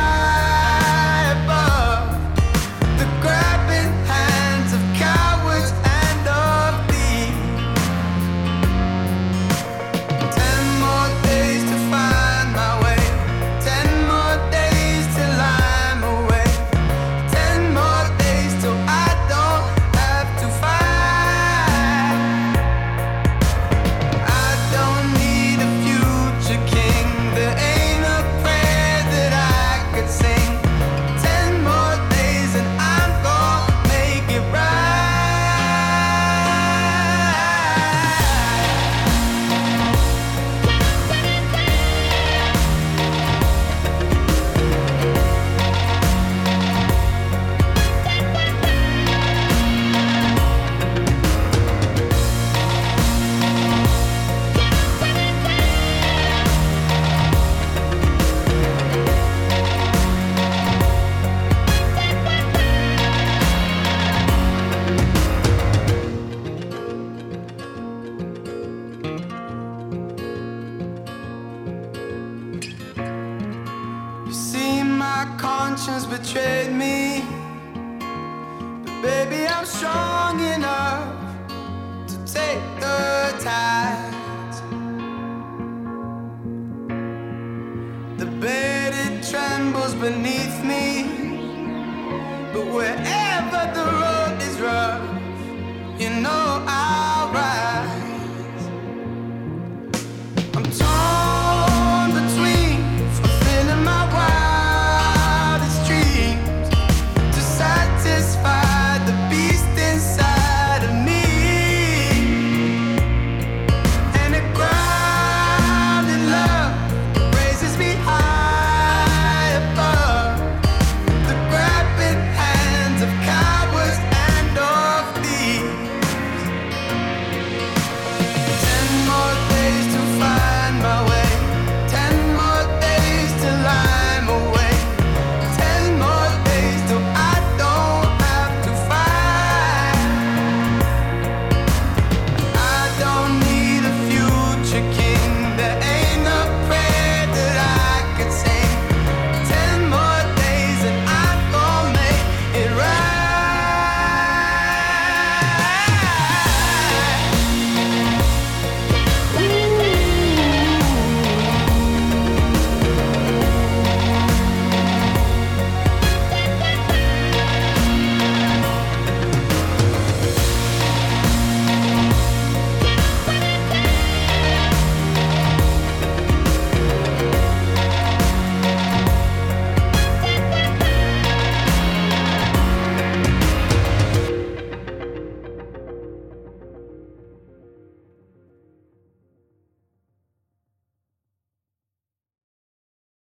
Betrayed me, but baby I'm strong enough to take the tides. The bed it trembles beneath me, but wherever the